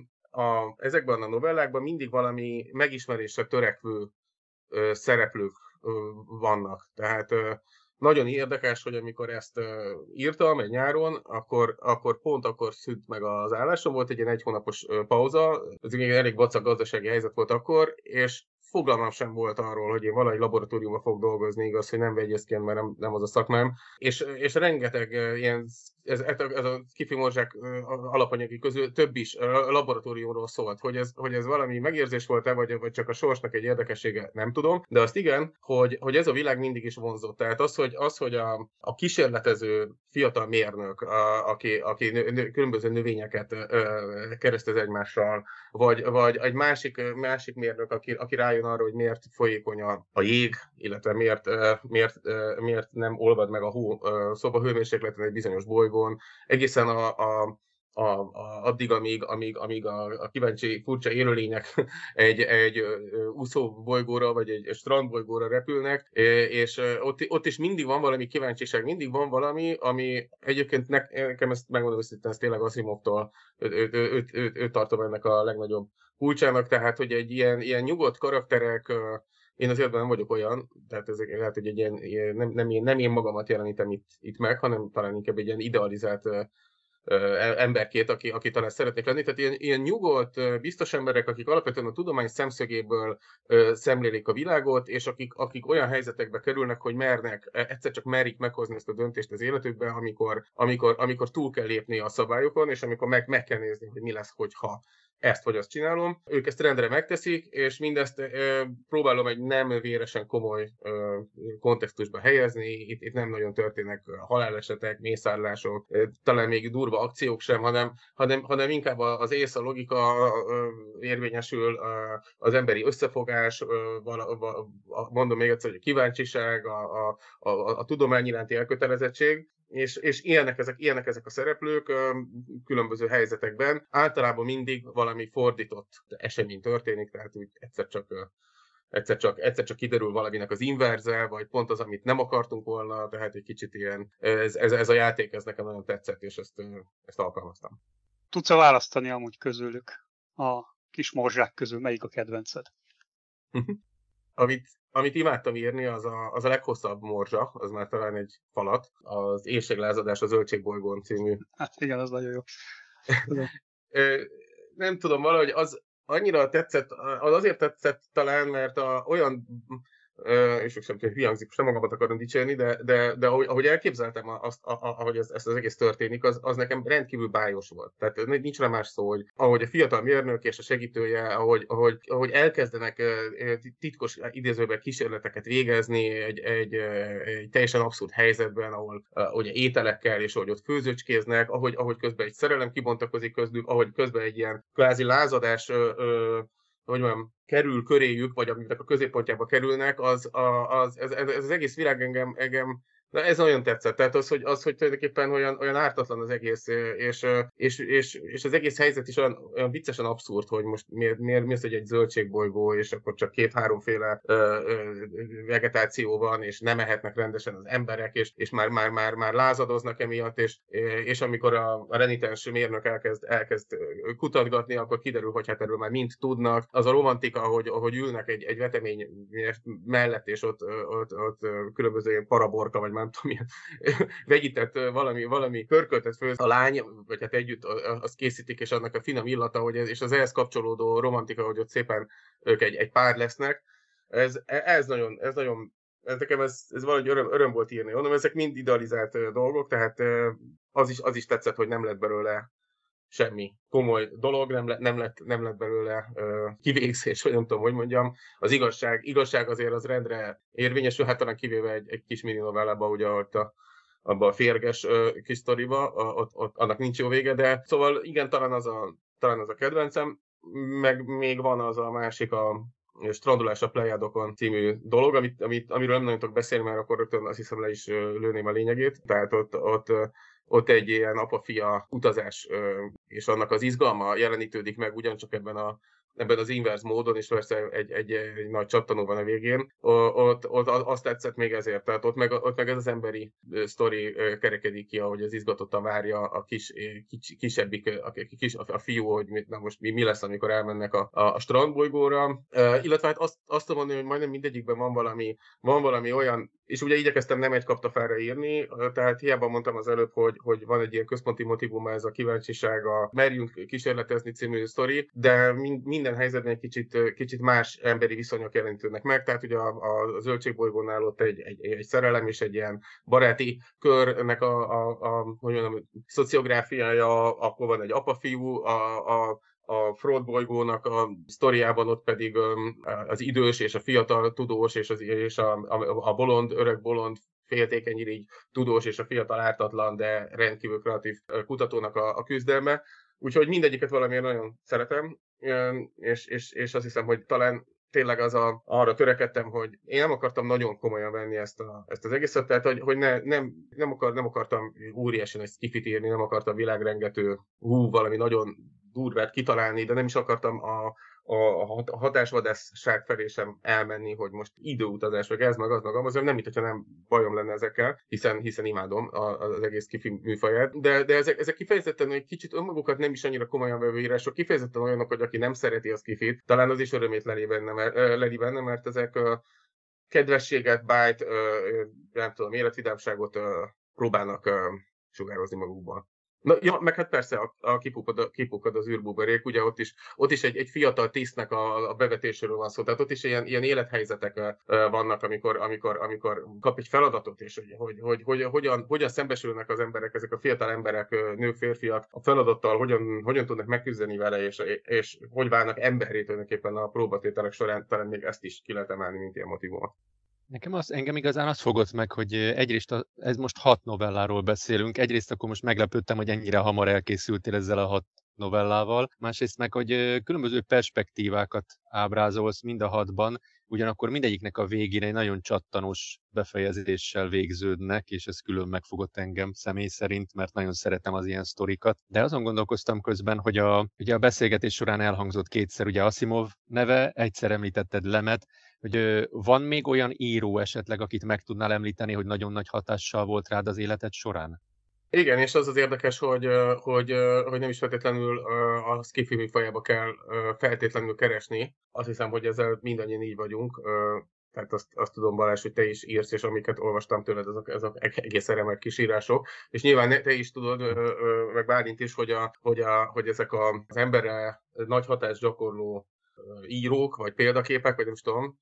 a, ezekben a novellákban mindig valami megismerésre törekvő szereplők vannak. Tehát nagyon érdekes, hogy amikor ezt írtam egy nyáron, akkor, akkor pont akkor szűnt meg az állásom, volt egy ilyen egy hónapos pauza, ez egy elég vacak gazdasági helyzet volt akkor, és fogalmam sem volt arról, hogy én valahogy laboratóriumban fog dolgozni, igaz, hogy nem vegyészként, mert nem, nem az a szakmám. És, és rengeteg ilyen, ez, ez a sci-fi morzsák alapanyagi közül több is laboratóriumról szólt, hogy ez, hogy ez valami megérzés volt-e, vagy, vagy csak a sorsnak egy érdekessége, nem tudom. De azt igen, hogy, hogy ez a világ mindig is vonzott. Tehát az, hogy, az, hogy a, a kísérletező fiatal mérnök, a, aki, aki nö, nö, különböző növényeket ö, keresztez egymással, vagy, vagy egy másik, másik mérnök, aki, aki rájön arra, hogy miért folyékony a, a jég, illetve miért, miért, miért nem olvad meg a hó szobahőmérsékleten egy bizonyos bolygón, egészen a, a A, a, addig, amíg, amíg, amíg a, a kíváncsi furcsa élőlények egy, egy úszó bolygóra, vagy egy strandbolygóra repülnek, és ott, ott is mindig van valami kíváncsiság, mindig van valami, ami egyébként nekem ezt megmondom őszintén, ez tényleg Asimovtól, őt, őt, őt, őt tartom ennek a legnagyobb kulcsának, tehát hogy egy ilyen, ilyen nyugodt karakterek, én az életben nem vagyok olyan, tehát ezek lehet, hogy egy ilyen, ilyen nem, nem, én, nem én magamat jelenítem itt, itt meg, hanem talán inkább egy ilyen idealizált emberkét, aki, aki talán szeretnék lenni. Tehát ilyen, ilyen nyugodt, biztos emberek, akik alapvetően a tudomány szemszögéből ö, szemlélik a világot, és akik, akik olyan helyzetekbe kerülnek, hogy mernek, egyszer csak merik meghozni ezt a döntést az életükben, amikor, amikor, amikor túl kell lépni a szabályokon, és amikor meg, meg kell nézni, hogy mi lesz, hogyha ezt vagy azt csinálom. Ők ezt rendre megteszik, és mindezt ö, próbálom egy nem véresen komoly ö, kontextusba helyezni. Itt, itt nem nagyon történnek halálesetek, mészárlások, ö, talán még durva akciók sem, hanem, hanem, hanem inkább az ész, a logika ö, érvényesül, ö, az emberi összefogás, ö, vala, vala, mondom még egyszer, hogy a kíváncsiság, a, a, a, a tudomány iránti elkötelezettség, És, és ilyenek, ezek, ilyenek ezek a szereplők különböző helyzetekben. Általában mindig valami fordított esemény történik, tehát úgy egyszer csak, egyszer csak, egyszer csak kiderül valaminek az inverze, vagy pont az, amit nem akartunk volna, tehát egy kicsit ilyen, ez, ez, ez a játék, ez nekem nagyon tetszett, és ezt, ezt alkalmaztam. Tudsz-e választani amúgy közülük, a kis morzsák közül, melyik a kedvenced? Amit, amit imádtam írni, az a, az a leghosszabb morzsa, az már talán egy falat, az Éhséglázadás a Zöldségbolygón című. Hát igen, az nagyon jó. Nem tudom, valahogy az annyira tetszett, az azért tetszett talán, mert a, olyan és sem tudom, hogy hangzik, most nem magamat akarom dicsérni, de, de, de ahogy, ahogy elképzeltem azt, ahogy ez, ezt az egész történik, az, az nekem rendkívül bájos volt. Tehát nincs rá más szó, hogy ahogy a fiatal mérnök és a segítője, ahogy, ahogy, ahogy elkezdenek titkos idézőben kísérleteket végezni egy, egy, egy teljesen abszurd helyzetben, ahol ugye ételekkel, és ahogy ott főzőcskéznek, ahogy, ahogy közben egy szerelem kibontakozik közlük, ahogy közben egy ilyen kvázi lázadás hogy mondjam, kerül köréjük, vagy amiknek a középpontjába kerülnek, az, az ez, ez, ez az egész világ engem, engem na ez nagyon tetszett. Tehát az, hogy, az, hogy tulajdonképpen olyan, olyan ártatlan az egész, és, és, és, és az egész helyzet is olyan, olyan viccesen abszurd, hogy most miért, miért, miért hogy egy zöldségbolygó, és akkor csak két-háromféle vegetáció van, és nem ehetnek rendesen az emberek, és, és már, már, már, már lázadoznak emiatt, és, és amikor a, a renitens mérnök elkezd, elkezd kutatgatni, akkor kiderül, hogy hát erről már mind tudnak. Az a romantika, hogy, hogy ülnek egy, egy vetemény mellett, és ott, ott, ott különböző ilyen paraborka, vagy nem tudom, ilyen vegyített valami, valami pörköltet föl a lány, vagy hát együtt azt készítik, és annak a finom illata, hogy ez, és az ehhez kapcsolódó romantika, hogy ott szépen ők egy, egy pár lesznek. Ez, ez nagyon, ez nagyon, ez nekem ez, ez valahogy öröm, öröm volt írni. Mondom, ezek mind idealizált dolgok, tehát az is, az is tetszett, hogy nem lett belőle semmi komoly dolog, nem, le, nem, lett, nem lett belőle uh, kivégzés, vagy nem tudom, hogy mondjam. Az igazság, igazság azért az rendre érvényesül, hát talán kivéve egy, egy kis mini novellában, ugye ott a, abban a férges uh, kis sztoriba, ott, ott annak nincs jó vége, de szóval igen, talán az a, talán az a kedvencem, meg még van az a másik, a Strandolás a Plejádokon című dolog, amit, amit, amiről nem nagyon tudok beszélni, mert akkor rögtön azt hiszem le is lőném a lényegét. Tehát ott, ott, ott egy ilyen apa-fia utazás, és annak az izgalma jelenítődik meg ugyancsak ebben a ebben az inverse módon, és persze egy, egy, egy nagy csattanó van a végén, ott, ott azt tetszett még ezért, tehát ott meg, ott meg ez az emberi sztori kerekedik ki, ahogy az izgatottan várja a kis, kis kisebbik, a, kis, a fiú, hogy na most mi, mi lesz, amikor elmennek a, a, a strandbolygóra, illetve hát azt, azt tudom mondani, hogy majdnem mindegyikben van valami, van valami olyan, és ugye igyekeztem nem egy kaptafára írni, tehát hiába mondtam az előbb, hogy, hogy van egy ilyen központi motivuma, ez a kíváncsiság, a merjünk kísérletezni című sztori, de minden helyzetben egy kicsit, kicsit más emberi viszonyok jelenítődnek meg, tehát ugye a, a zöldségbolygónál ott egy, egy, egy szerelem és egy ilyen baráti körnek a, a, a, hogy mondjam, szociográfiája, akkor van egy apa-fiú, a, a a Fraud bolygónak a sztoriában ott pedig az idős és a fiatal tudós és, az, és a, a, a bolond, öreg bolond, féltékeny irigy tudós és a fiatal ártatlan, de rendkívül kreatív kutatónak a, a küzdelme. Úgyhogy mindegyiket valamiért nagyon szeretem, és, és, és azt hiszem, hogy talán tényleg az a, arra törekedtem, hogy én nem akartam nagyon komolyan venni ezt, a, ezt az egészet, tehát hogy, hogy ne, nem, nem, akar, nem akartam óriásan egy skifit írni, nem akartam világrengető, hú, valami nagyon durvát kitalálni, de nem is akartam a, a, a hatásvadászság felé sem elmenni, hogy most időutazás, vagy ez meg az meg az, nem, mint hogyha nem bajom lenne ezekkel, hiszen, hiszen imádom az egész skifi műfaját, de, de ezek, ezek kifejezetten egy kicsit önmagukat nem is annyira komolyan vevő írások, kifejezetten olyanok, hogy aki nem szereti a skifit, talán az is örömét leli benne, leli benne, mert ezek kedvességet, bájt, nem tudom, életvidámságot próbálnak sugározni magukból. Na, ja, meg hát persze a, a kipukad, kipukad az űrbuborék, ugye ott is, ott is egy, egy fiatal tisztnek a, a bevetéséről van szó, tehát ott is ilyen, ilyen élethelyzetek uh, vannak, amikor, amikor, amikor kap egy feladatot, és hogy, hogy, hogy, hogy hogyan, hogyan szembesülnek az emberek, ezek a fiatal emberek, nők, férfiak a feladattal, hogyan, hogyan tudnak megküzdeni vele, és, és hogy válnak emberré tulajdonképpen a próbatételek során, talán még ezt is ki lehet emelni, mint ilyen motivumot. Nekem az, engem igazán az fogott meg, hogy egyrészt a, ez most hat novelláról beszélünk, egyrészt akkor most meglepődtem, hogy ennyire hamar elkészültél ezzel a hat novellával, másrészt meg, hogy különböző perspektívákat ábrázolsz mind a hatban, ugyanakkor mindegyiknek a végén egy nagyon csattanós befejezéssel végződnek, és ez külön megfogott engem személy szerint, mert nagyon szeretem az ilyen sztorikat. De azon gondolkoztam közben, hogy a, ugye a beszélgetés során elhangzott kétszer ugye Asimov neve, egyszer említetted Lemet, hogy van még olyan író esetleg, akit meg tudnál említeni, hogy nagyon nagy hatással volt rád az életed során? Igen, és az az érdekes, hogy, hogy, hogy nem is feltétlenül a skifi műfajába kell feltétlenül keresni. Azt hiszem, hogy ezzel mindannyian így vagyunk. Tehát azt, azt tudom, Balázs, hogy te is írsz, és amiket olvastam tőled, azok, azok egészen remek kis írások. És nyilván te is tudod, meg Bálint is, hogy, a, hogy, a, hogy ezek a, az emberre nagy hatást gyakorló írók, vagy példaképek, vagy nem is tudom,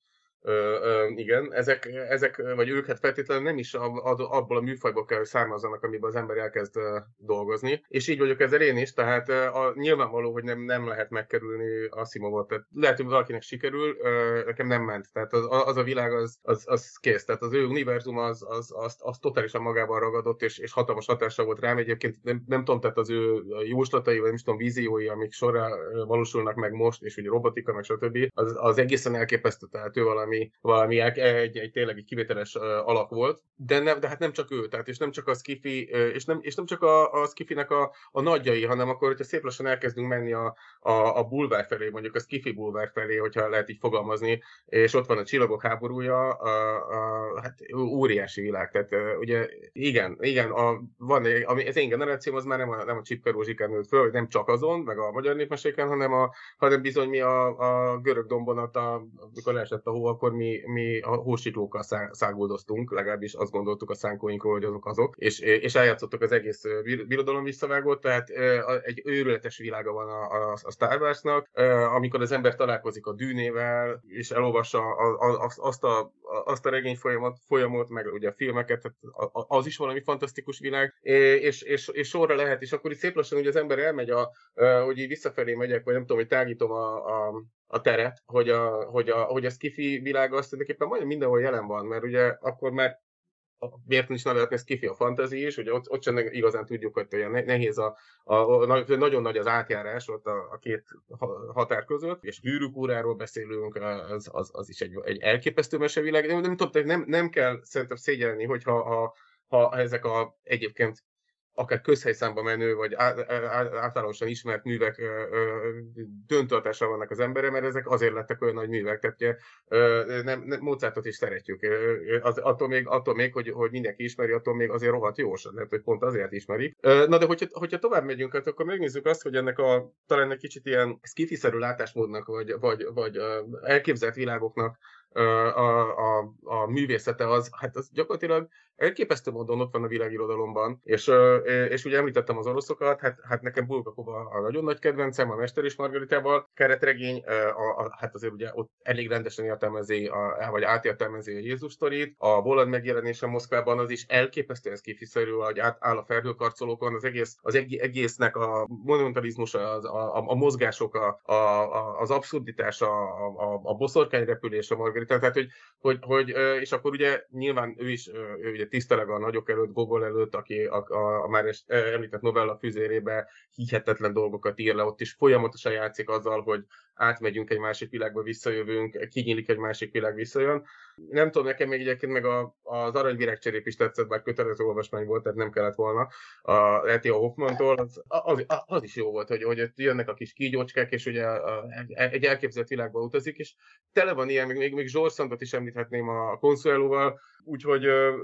Ö, ö, igen, ezek, ezek, vagy ők hát feltétlenül nem is abból a műfajból kell, hogy származzanak, amiben az ember elkezd dolgozni. És így vagyok ezzel én is, tehát a, nyilvánvaló, hogy nem, nem lehet megkerülni Asimovot. Tehát lehet, hogy valakinek sikerül, nekem nem ment. Tehát az, az a világ az, az, az kész. Tehát az ő univerzum az, az, az, az totálisan magában ragadott, és, és hatalmas hatással volt rám. Egyébként nem, nem tudom, tehát az ő jóslatai, vagy nem is tudom, víziói, amik sorra valósulnak meg most, és ugye robotika, meg stb. Az, az egészen elképesztő, tehát ő valami, valami egy, egy, egy tényleg egy kivételes alak volt, de, nem, de hát nem csak ő, tehát és nem csak a skifi, és nem, és nem csak a, a skifinek a, a nagyjai, hanem akkor, hogyha szép lassan elkezdünk menni a, a, a bulvár felé, mondjuk a skifi bulvár felé, hogyha lehet így fogalmazni, és ott van a Csillagok háborúja, a, a, hát óriási világ, tehát ugye igen, igen, a, van, ami, az én generációm az már nem a, nem a Csipke Rózsikán nőtt föl, nem csak azon, meg a magyar népmeséken, hanem, a, hanem bizony mi a, a görög dombonat, a, amikor leesett a hó, akkor mi, mi a hósiklókkal száguldoztunk, legalábbis azt gondoltuk a szánkóinkról, hogy azok azok, és, és eljátszottuk az egész birodalom visszavágót, tehát egy őrületes világa van a, a, a Star Warsnak, amikor az ember találkozik a Dűnével, és elolvassa azt a, azt a regény folyamat, folyamot, meg ugye a filmeket, tehát az is valami fantasztikus világ, és, és, és sorra lehet, és akkor itt szép lassan ugye az ember elmegy, a, hogy így visszafelé megyek, vagy nem tudom, hogy tágítom a, a a teret, hogy a, hogy a, hogy a skifi világ azt tulajdonképpen majdnem mindenhol jelen van, mert ugye akkor már miért is nevezetni skifi a fantasy is, ugye ott, ott sem igazán tudjuk, hogy olyan nehéz a, a, a, nagyon nagy az átjárás ott a, a két határ között, és Gyűrűk Uráról beszélünk, az, az, az is egy, egy elképesztő mesevilág. Nem, nem, tudom, nem, nem kell szerintem szégyelni, hogyha ha, ha ezek a egyébként akár közhelyszámba menő, vagy általánosan ismert művek döntő hatással vannak az emberre, mert ezek azért lettek olyan nagy művek. Tehát nem, nem, Mozartot is szeretjük. Az, attól még, attól még hogy, hogy mindenki ismeri, attól még azért rohadt jó, lehet, hogy pont azért ismerik. Na de hogyha, hogyha tovább megyünk, hát akkor megnézzük azt, hogy ennek a talán egy kicsit ilyen skifiszerű látásmódnak, vagy, vagy, vagy elképzelt világoknak a, a, a művészete az, hát az gyakorlatilag elképesztő módon ott van a világirodalomban, és, és ugye említettem az oroszokat, hát, hát nekem Bulgakov a nagyon nagy kedvencem, a Mester és Margaritával, keretregény, a, a, hát azért ugye ott elég rendesen értelmezi, a, vagy átértelmezi a Jézus sztorit, a Volad megjelenése Moszkvában az is elképesztően skifiszerű, hogy átáll a felhőkarcolókon, az egész, az egésznek a monumentalizmusa, az, a, a, a mozgások, a, a, az abszurditás, a, a, a boszorkányrepülés a Margaritán, tehát hogy, hogy, hogy, és akkor ugye nyilván ő is ő ugye tiszteleg a nagyok előtt, Gogol előtt, aki a, a, a már említett novella füzérébe hihetetlen dolgokat ír le, ott is folyamatosan játszik azzal, hogy átmegyünk egy másik világba, visszajövünk, kinyílik egy másik világ, visszajön. Nem tudom, nekem még egyébként meg a, az Aranyvirágcserép is tetszett, bár kötelező olvasmány volt, tehát nem kellett volna a E T A Hoffmantól, az, az, az is jó volt, hogy, hogy jönnek a kis kígyócskák, és ugye a, egy elképzelt világba utazik, és tele van ilyen, még, még George Sandot is említhetném a Consuelo-val, úgyhogy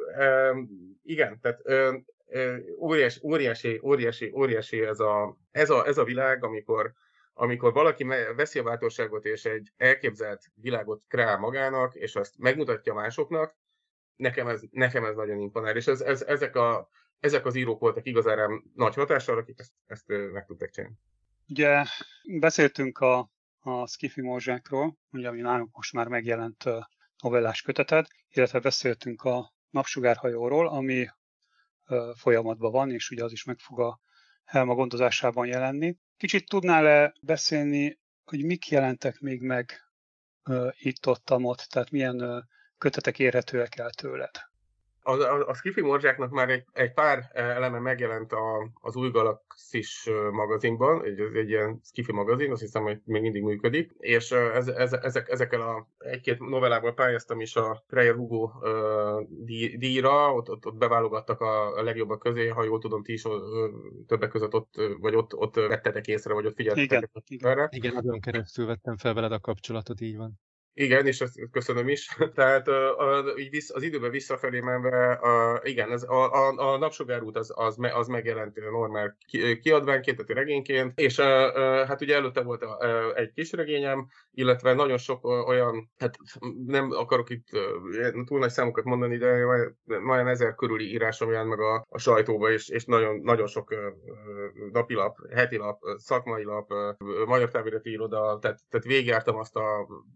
e, igen, tehát e, óriási, óriási, óriási, óriási ez a, ez a, ez a világ, amikor amikor valaki veszi a bátorságot és egy elképzelt világot kreál magának, és azt megmutatja másoknak, nekem ez, nekem ez nagyon imponál. És ez, ez, ezek, a, ezek az írók voltak igazán rám nagy hatással, akik ezt, ezt meg tudták csinálni. Ugye beszéltünk a, a Skifi morzsákról, ugye, ami nálunk most már megjelent novellás köteted, illetve beszéltünk a Napsugárhajóról, ami folyamatban van, és ugye az is meg fog a Helma gondozásában jelenni. Kicsit tudnál-e beszélni, hogy mik jelentek még meg uh, itt-ott-ott, tehát milyen uh, kötetek érhetőek el tőled? A, a, a Skifi morzsáknak már egy, egy pár eleme megjelent a, az Új Galaxis magazinban, egy, egy ilyen Skifi magazin, azt hiszem, hogy még mindig működik, és ez, ez, ezek, ezekkel a egy-két novellával pályáztam is a Freyer Hugo uh, díj, díjra, ott, ott, ott beválogattak a, a legjobbak közé, ha jól tudom, ti is uh, többek között ott, vagy ott, ott vettetek észre, vagy ott figyeltetek igen, igen. igen, azon keresztül vettem fel veled a kapcsolatot, így van. Igen, és ezt köszönöm is. Tehát a, a, így vissz, az időben visszafelé menve, a, igen, ez a, a, a Napsugárút az, az, me, az megjelent normál ki, kiadványként, tehát regényként, és a, a, hát ugye előtte volt a, a, egy kis regényem, illetve nagyon sok olyan, hát nem akarok itt túl nagy számokat mondani, de majdnem ezer körüli írásom jelent meg a, a sajtóba, és, és nagyon, nagyon sok napilap, hetilap, szakmai lap, magyar távirati iroda, tehát, tehát végigjártam azt a, nem tudom,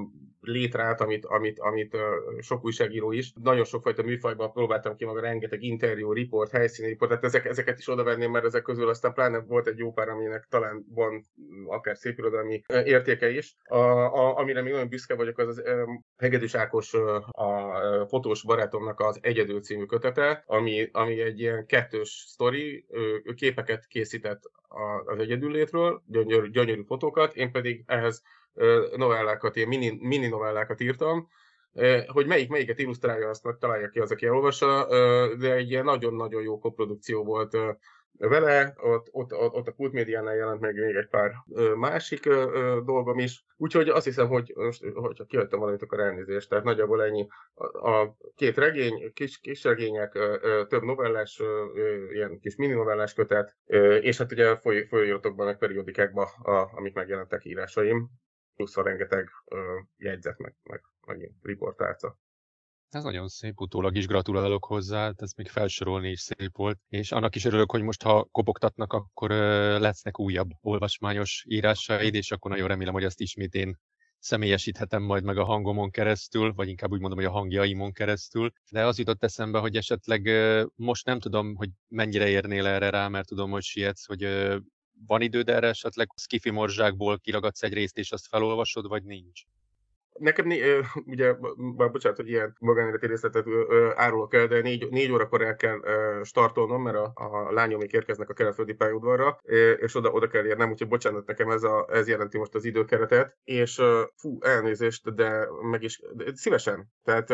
létrát, amit, amit, amit sok újságíró is. Nagyon sokfajta műfajban próbáltam ki maga, rengeteg interjú, riport, helyszíni riport, tehát ezek, ezeket is odavenném, mert ezek közül aztán pláne volt egy jó pár, aminek talán van akár szépirodalmi értéke is. A, a, amire még nagyon büszke vagyok, az az Hegedűs Ákos, a fotós barátomnak az Egyedül című kötete, ami, ami egy ilyen kettős sztori, ő képeket készített az egyedüllétről, gyönyörű, gyönyörű fotókat, én pedig ehhez novellákat, ilyen mini, mini novellákat írtam, hogy melyik melyiket illusztrálja, azt meg találja ki az, aki elolvassa, de egy ilyen nagyon-nagyon jó koprodukció volt vele, ott, ott, ott a Kult Médiánál jelent meg még egy pár másik dolgom is, úgyhogy azt hiszem, hogy most, hogyha kihagytam valamit, akkor elnézést, tehát nagyjából ennyi. A, a két regény, kis, kis regények, több novellás, ilyen kis mini novellás kötet, és hát ugye foly, folyóiratokban, meg periódikákban, amik megjelentek írásaim, plusz a rengeteg jegyzet, meg, meg, meg riportálca. Ez nagyon szép, utólag is gratulálok hozzá, ezt még felsorolni is szép volt, és annak is örülök, hogy most ha kopogtatnak, akkor lesznek újabb olvasmányos írásaid, és akkor nagyon remélem, hogy ezt ismét én személyesíthetem majd meg a hangomon keresztül, vagy inkább úgy mondom, hogy a hangjaimon keresztül, de az jutott eszembe, hogy esetleg most nem tudom, hogy mennyire érnél erre rá, mert tudom, hogy sietsz, hogy van időd erre esetleg Skifi morzsákból kiragadsz egy részt, és azt felolvasod, vagy nincs? Nekem, ugye, bár bocsánat, hogy ilyen magánéleti részletet árulok el, de négy, négy órakor el kell startolnom, mert a, a lányomik érkeznek a keletföldi pályaudvarra, és oda, oda kell érnem, úgyhogy bocsánat, nekem ez, a, ez jelenti most az időkeretet, és fú, elnézést, de meg is, de szívesen, tehát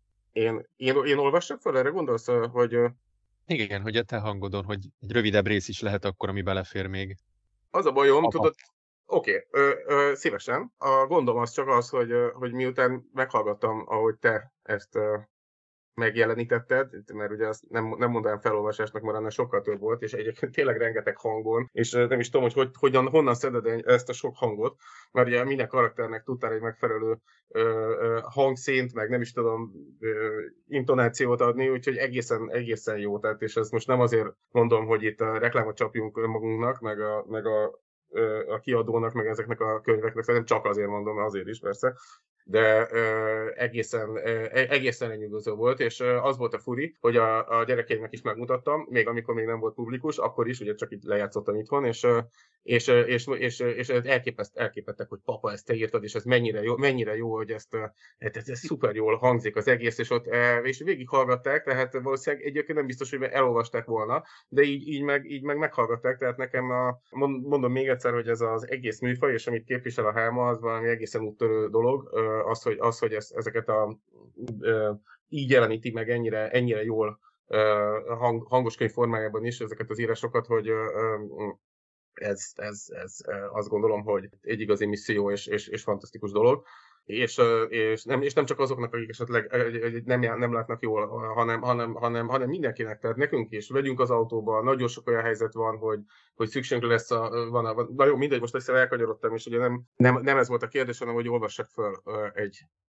én, én, én olvassak fel, erre gondolsz, hogy... Igen, hogy a te hangodon, hogy egy rövidebb rész is lehet akkor, ami belefér még. Az a bajom, Aha. tudod, oké, okay, szívesen. A gondom az csak az, hogy, hogy miután meghallgattam, ahogy te ezt ö, megjelenítetted, mert ugye azt nem, nem mondanám felolvasásnak, mert annál sokkal több volt, és egyébként tényleg rengeteg hangon, és nem is tudom, hogy, hogy hogyan, honnan szeded ezt a sok hangot, mert ugye minden karakternek tudtál egy megfelelő ö, ö, hangszínt, meg nem is tudom, ö, intonációt adni, úgyhogy egészen, egészen jó, tehát és ezt most nem azért mondom, hogy itt a reklámot csapjunk magunknak, meg a, meg a a kiadónak, meg ezeknek a könyveknek, nem csak azért mondom, azért is persze, de egészen, egészen lenyűgöző volt, és az volt a furi, hogy a, a gyerekeimnek is megmutattam, még amikor még nem volt publikus, akkor is, ugye csak itt lejátszottam itthon, és, és, és, és, és elképeszt, elképettek, hogy papa, ezt te írtad, és ez mennyire jó, mennyire jó, hogy ezt, ez, ez szuper jól hangzik az egész, és ott és végighallgatták, tehát valószínűleg egyébként nem biztos, hogy elolvasták volna, de így, így, meg, így meg meghallgatták, tehát nekem a, mondom még egyszer, hogy ez az egész műfaj, és amit képvisel a Helma, az valami egészen úttörő dolog, az, hogy, az, hogy ezt, ezeket a, így jeleníti meg ennyire, ennyire jól hang, hangos könyv formájában is ezeket az írásokat, hogy ez, ez, ez azt gondolom, hogy egy igazi misszió és, és, és fantasztikus dolog. És, és, nem, és nem csak azoknak, akik esetleg nem, nem látnak jól, hanem, hanem, hanem, hanem mindenkinek, tehát nekünk is. Vegyünk az autóba, nagyon sok olyan helyzet van, hogy, hogy szükségünk lesz a... Van a na jó, mindegy, most össze elkanyarodtam, és ugye nem, nem, nem ez volt a kérdés, hanem hogy olvassak föl egy,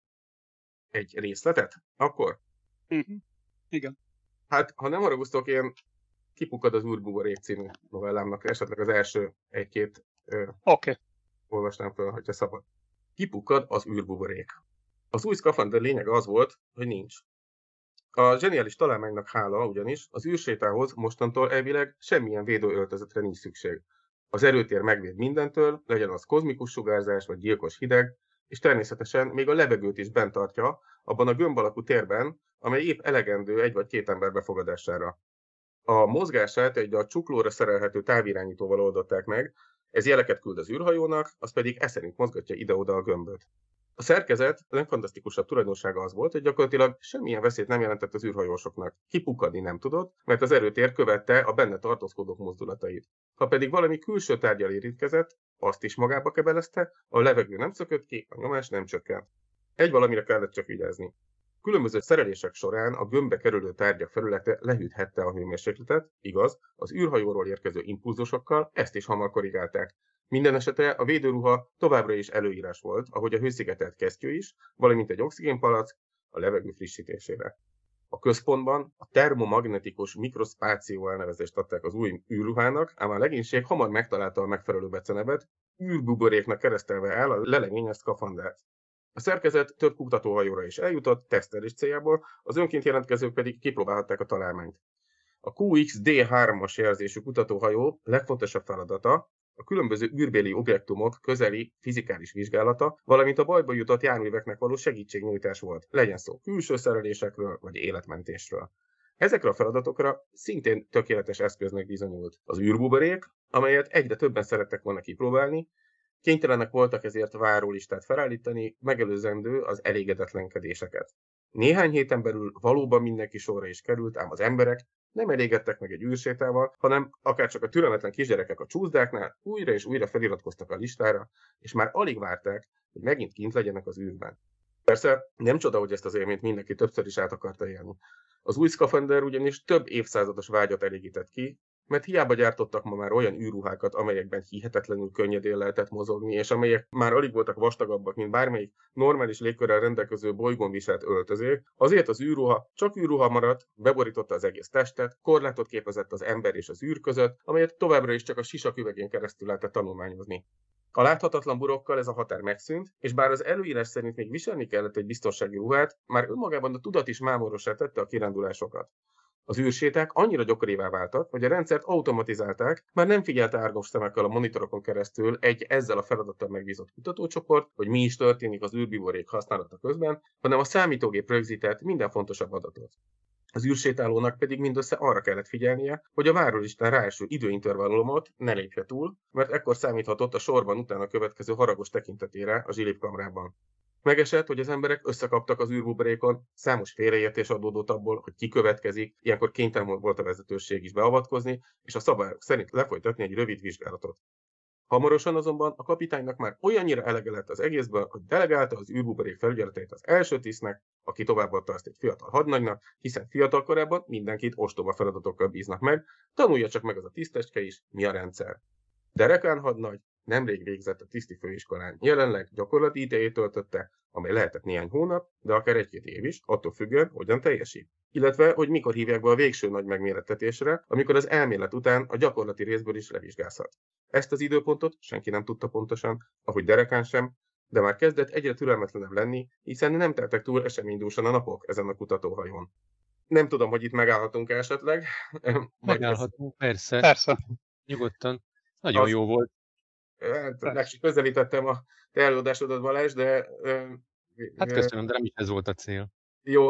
egy részletet, akkor? Uh-huh. Igen. Hát, ha nem haragusztok, én Kipukkad az űrbuborék című novellámnak, esetleg az első egy-két okay. olvasnám föl, hogyha szabad. Kipukkad az űrbuborék. Az új szkafander lényege az volt, hogy nincs. A zseniális találmánynak hála ugyanis az űrsétához mostantól elvileg semmilyen védőöltözetre nincs szükség. Az erőtér megvéd mindentől, legyen az kozmikus sugárzás vagy gyilkos hideg, és természetesen még a levegőt is bent tartja abban a gömb alakú térben, amely épp elegendő egy vagy két ember befogadására. A mozgását egy a csuklóra szerelhető távirányítóval oldották meg, ez jeleket küld az űrhajónak, az pedig e szerint mozgatja ide-oda a gömböt. A szerkezet a legfantasztikusabb tulajdonsága az volt, hogy gyakorlatilag semmilyen veszélyt nem jelentett az űrhajósoknak. Kipukkadni nem tudott, mert az erőtér követte a benne tartózkodók mozdulatait. Ha pedig valami külső tárgyal érintkezett, azt is magába kebelezte, a levegő nem szökött ki, a nyomás nem csökkent. Egy valamire kellett csak vigyázni. Különböző szerelések során a gömbbe kerülő tárgyak felülete lehűthette a hőmérsékletet, igaz, az űrhajóról érkező impulzusokkal ezt is hamar korrigálták. Minden esetre a védőruha továbbra is előírás volt, ahogy a hőszigetelt kesztyű is, valamint egy oxigénpalack a levegő frissítésére. A központban a termomagnetikus mikroszpáció elnevezést adták az új űrruhának, ám a legénység hamar megtalálta a megfelelő becenevet, űrbuboréknak keresztelve el a lelegényes szkafandert. A szerkezet több kutatóhajóra is eljutott, tesztelés céljából, az önként jelentkezők pedig kipróbálhatták a találmányt. A Q X D hármas jelzésű kutatóhajó legfontosabb feladata a különböző űrbéli objektumok közeli fizikális vizsgálata, valamint a bajba jutott járműveknek való segítségnyújtás volt, legyen szó külső szerelésekről vagy életmentésről. Ezekre a feladatokra szintén tökéletes eszköznek bizonyult az űrbuborék, amelyet egyre többen szerettek volna kipróbálni, kénytelenek voltak ezért várólistát felállítani, megelőzendő az elégedetlenkedéseket. Néhány héten belül valóban mindenki sorra is került, ám az emberek nem elégedtek meg egy űrsétával, hanem akárcsak a türelmetlen kisgyerekek a csúszdáknál újra és újra feliratkoztak a listára, és már alig várták, hogy megint kint legyenek az űrben. Persze nem csoda, hogy ezt az élményt mindenki többször is át akarta élni. Az új szkafander ugyanis több évszázados vágyat elégített ki, mert hiába gyártottak ma már olyan űrruhákat, amelyekben hihetetlenül könnyedén lehetett mozogni, és amelyek már alig voltak vastagabbak, mint bármelyik normális légkörrel rendelkező bolygón viselt öltözék, azért az űrruha csak űrruha maradt, beborította az egész testet, korlátot képezett az ember és az űr között, amelyet továbbra is csak a sisak üvegén keresztül lehetett tanulmányozni. A láthatatlan burokkal ez a határ megszűnt, és bár az előírás szerint még viselni kellett egy biztonsági ruhát, már önmagában a tudat is mámorossá tette a kirándulásokat. Az űrséták annyira gyakorivá váltak, hogy a rendszert automatizálták, már nem figyelte árgus szemekkel a monitorokon keresztül egy ezzel a feladattal megbízott kutatócsoport, hogy mi is történik az űrbuborék használata közben, hanem a számítógép rögzített minden fontosabb adatot. Az űrsétálónak pedig mindössze arra kellett figyelnie, hogy a várólistán ráeső időintervallumot ne lépje túl, mert ekkor számíthatott a sorban utána következő haragos tekintetére a zsilipkamrában. Megesett, hogy az emberek összekaptak az űrbuborékon, számos félreértés adódott abból, hogy ki következik, ilyenkor kénytelen volt a vezetőség is beavatkozni, és a szabályok szerint lefolytatni egy rövid vizsgálatot. Hamarosan azonban a kapitánynak már olyannyira elege lett az egészből, hogy delegálta az űrbuborék felügyeletét az első tisztnek, aki továbbadta azt egy fiatal hadnagynak, hiszen fiatal korában mindenkit ostoba feladatokkal bíznak meg, tanulja csak meg az a tisztecske is, mi a rendszer. Derek Khan hadnagy nemrég végzett a tiszti főiskolán, jelenleg gyakorlati idejét töltötte, amely lehetett néhány hónap, de akár egy-két év is, attól függően, hogyan teljesít. Illetve, hogy mikor hívják be a végső nagy megmérettetésre, amikor az elmélet után a gyakorlati részből is levizsgázhat. Ezt az időpontot senki nem tudta pontosan, ahogy Derek Khan sem, de már kezdett egyre türelmetlenebb lenni, hiszen nem teltek túl eseménydúsan a napok ezen a kutatóhajón. Nem tudom, hogy itt megállhatunk esetleg. Megállhatunk, persze. Persze. Nyugodtan. Nagyon Az... jó volt. Hát, meg is közelítettem a te előadásodat, Balázs, de... Hát köszönöm, de nem is ez volt a cél. Jó,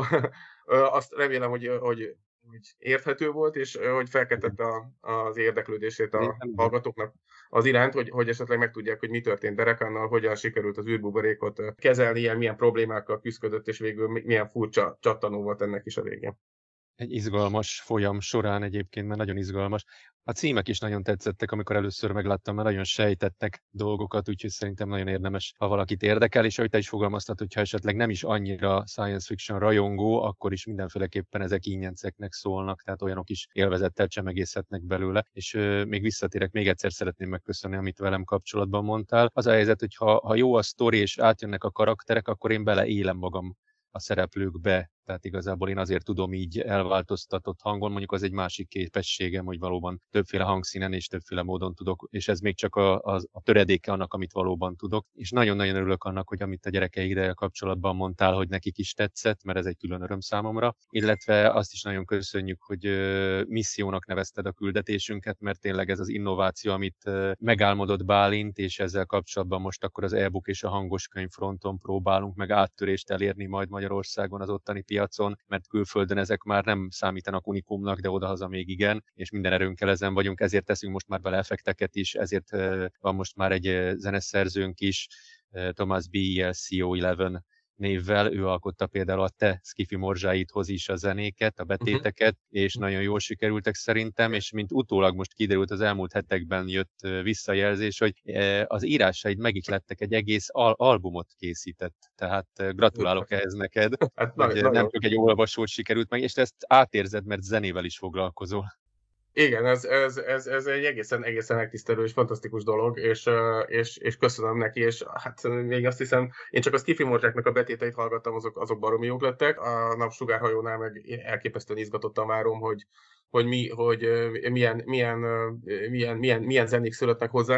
azt remélem, hogy, hogy, hogy érthető volt, és hogy felkeltette a, az érdeklődését a hallgatóknak az iránt, hogy, hogy esetleg megtudják, hogy mi történt Derek Khannal, hogyan sikerült az űrbuborékot kezelni, ilyen, milyen problémákkal küzdött, és végül milyen furcsa csattanó volt ennek is a végén. Egy izgalmas folyam során egyébként, mert nagyon izgalmas. A címek is nagyon tetszettek, amikor először megláttam, mert nagyon sejtettek dolgokat, úgyhogy szerintem nagyon érdemes, ha valakit érdekel, és ahogy te is fogalmaztad, hogyha esetleg nem is annyira science fiction rajongó, akkor is mindenféleképpen ezek ingyenceknek szólnak, tehát olyanok is élvezettel csemegészhetnek belőle. És euh, még visszatérek, még egyszer szeretném megköszönni, amit velem kapcsolatban mondtál. Az a helyzet, hogy ha, ha jó a sztori és átjönnek a karakterek, akkor én beleélem magam a szereplőkbe, tehát igazából én azért tudom így elváltoztatott hangon, mondjuk az egy másik képességem, hogy valóban többféle hangszínen és többféle módon tudok, és ez még csak a, a, a töredéke annak, amit valóban tudok. És nagyon-nagyon örülök annak, hogy amit a gyerekeidre kapcsolatban mondtál, hogy nekik is tetszett, mert ez egy külön öröm számomra, illetve azt is nagyon köszönjük, hogy uh, missziónak nevezted a küldetésünket, mert tényleg ez az innováció, amit uh, megálmodott Bálint, és ezzel kapcsolatban most akkor az e-book és a hangos könyv fronton próbálunk meg áttörést elérni majd Magyarországon az ottani piacon, mert külföldön ezek már nem számítanak unikumnak, de odahaza még igen, és minden erőnkkel ezen vagyunk, ezért teszünk most már bele effekteket is, ezért van most már egy zeneszerzőnk is, Thomas B E L C O tizenkilenc névvel, ő alkotta például a te Skifi morzsáidhoz is a zenéket, a betéteket, uh-huh. és nagyon jól sikerültek szerintem, és mint utólag most kiderült, az elmúlt hetekben jött visszajelzés, hogy az írásaid megihlettek, egy egész al- albumot készített, tehát gratulálok ehhez neked, hát, hogy nagyon, nem csak egy olvasót sikerült meg, és te ezt átérzed, mert zenével is foglalkozol. Igen, ez, ez, ez, ez egy egészen, egészen megtisztelő és fantasztikus dolog, és, és, és köszönöm neki, és hát még azt hiszem, én csak a Skifi morzsáknak a betéteit hallgattam, azok, azok baromi jók lettek, a Napsugárhajónál meg elképesztően izgatottan várom, hogy, hogy, mi, hogy milyen, milyen, milyen, milyen, milyen zenék születnek hozzá,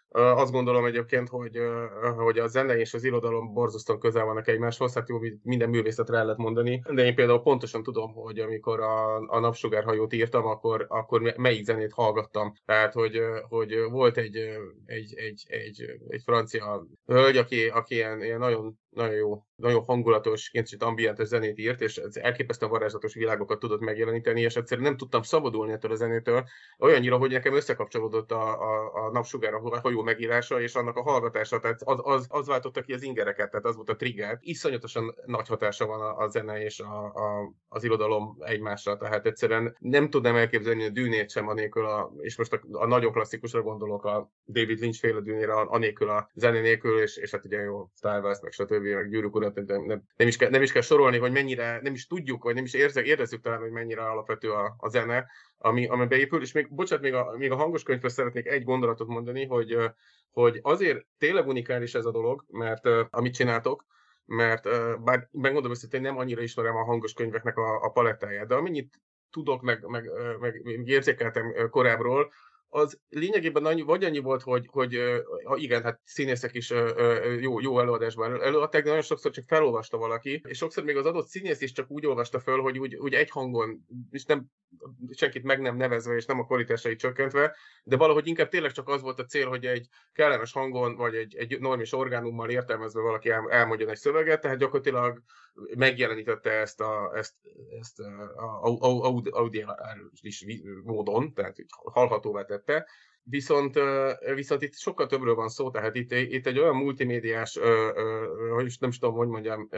Azt gondolom egyébként, hogy, hogy a zene és az irodalom borzasztóan közel vannak egymáshoz, hát jó, minden művészetre el lehet mondani, de én például pontosan tudom, hogy amikor a, a Napsugárhajót írtam, akkor, akkor melyik zenét hallgattam. Tehát, hogy, hogy volt egy, egy, egy, egy, egy francia hölgy, aki, aki ilyen, ilyen nagyon, nagyon jó, nagyon hangulatos, kicsit ambientes zenét írt, és elképesztően varázslatos világokat tudott megjeleníteni, és egyszerűen nem tudtam szabadulni ettől a zenétől, olyannyira, hogy nekem összekapcsolódott a, a, a Napsugár a hajó megírása, és annak a hallgatása, tehát az, az, az váltotta ki az ingereket, tehát az volt a trigger. Iszonyatosan nagy hatása van a, a zene és a, a, az irodalom egymásra, tehát egyszerűen nem tudnám elképzelni a Dűnét sem anélkül, a, és most a, a nagyon klasszikusra gondolok, a David Lynch féle Dűnére, anélkül a zené nélkül, és, és hát ugye jó, Star Wars, meg stb., meg Gyűrűk Urat, nem, nem, nem, is kell, nem is kell sorolni, hogy mennyire, nem is tudjuk, vagy nem is érzek, érezzük talán, hogy mennyire alapvető a, a zene, ami, ami beépül, és még, bocsánat, még a, még a hangos könyvről szeretnék egy gondolatot mondani, hogy, hogy azért tényleg unikális ez a dolog, mert amit csináltok, mert bár megmondom őszintén, nem annyira ismerem a hangos könyveknek a, a palettáját, de amennyit tudok, meg, meg, meg érzékeltem korábbról, az lényegében annyi, vagy annyi volt, hogy, hogy igen, hát színészek is jó, jó előadásban előadták, de nagyon sokszor csak felolvasta valaki, és sokszor még az adott színész is csak úgy olvasta föl, hogy úgy, úgy egy hangon, és nem senkit meg nem nevezve, és nem a kvalitásait csökkentve, de valahogy inkább tényleg csak az volt a cél, hogy egy kellemes hangon, vagy egy, egy normális orgánummal értelmezve valaki el, elmondjon egy szöveget, tehát gyakorlatilag megjelenítette ezt a, ezt, ezt a, a, audiális módon, tehát hallhatóvá tette. Viszont, viszont itt sokkal többről van szó, tehát itt, itt egy olyan multimédiás, hogy is nem is tudom, hogy mondjam,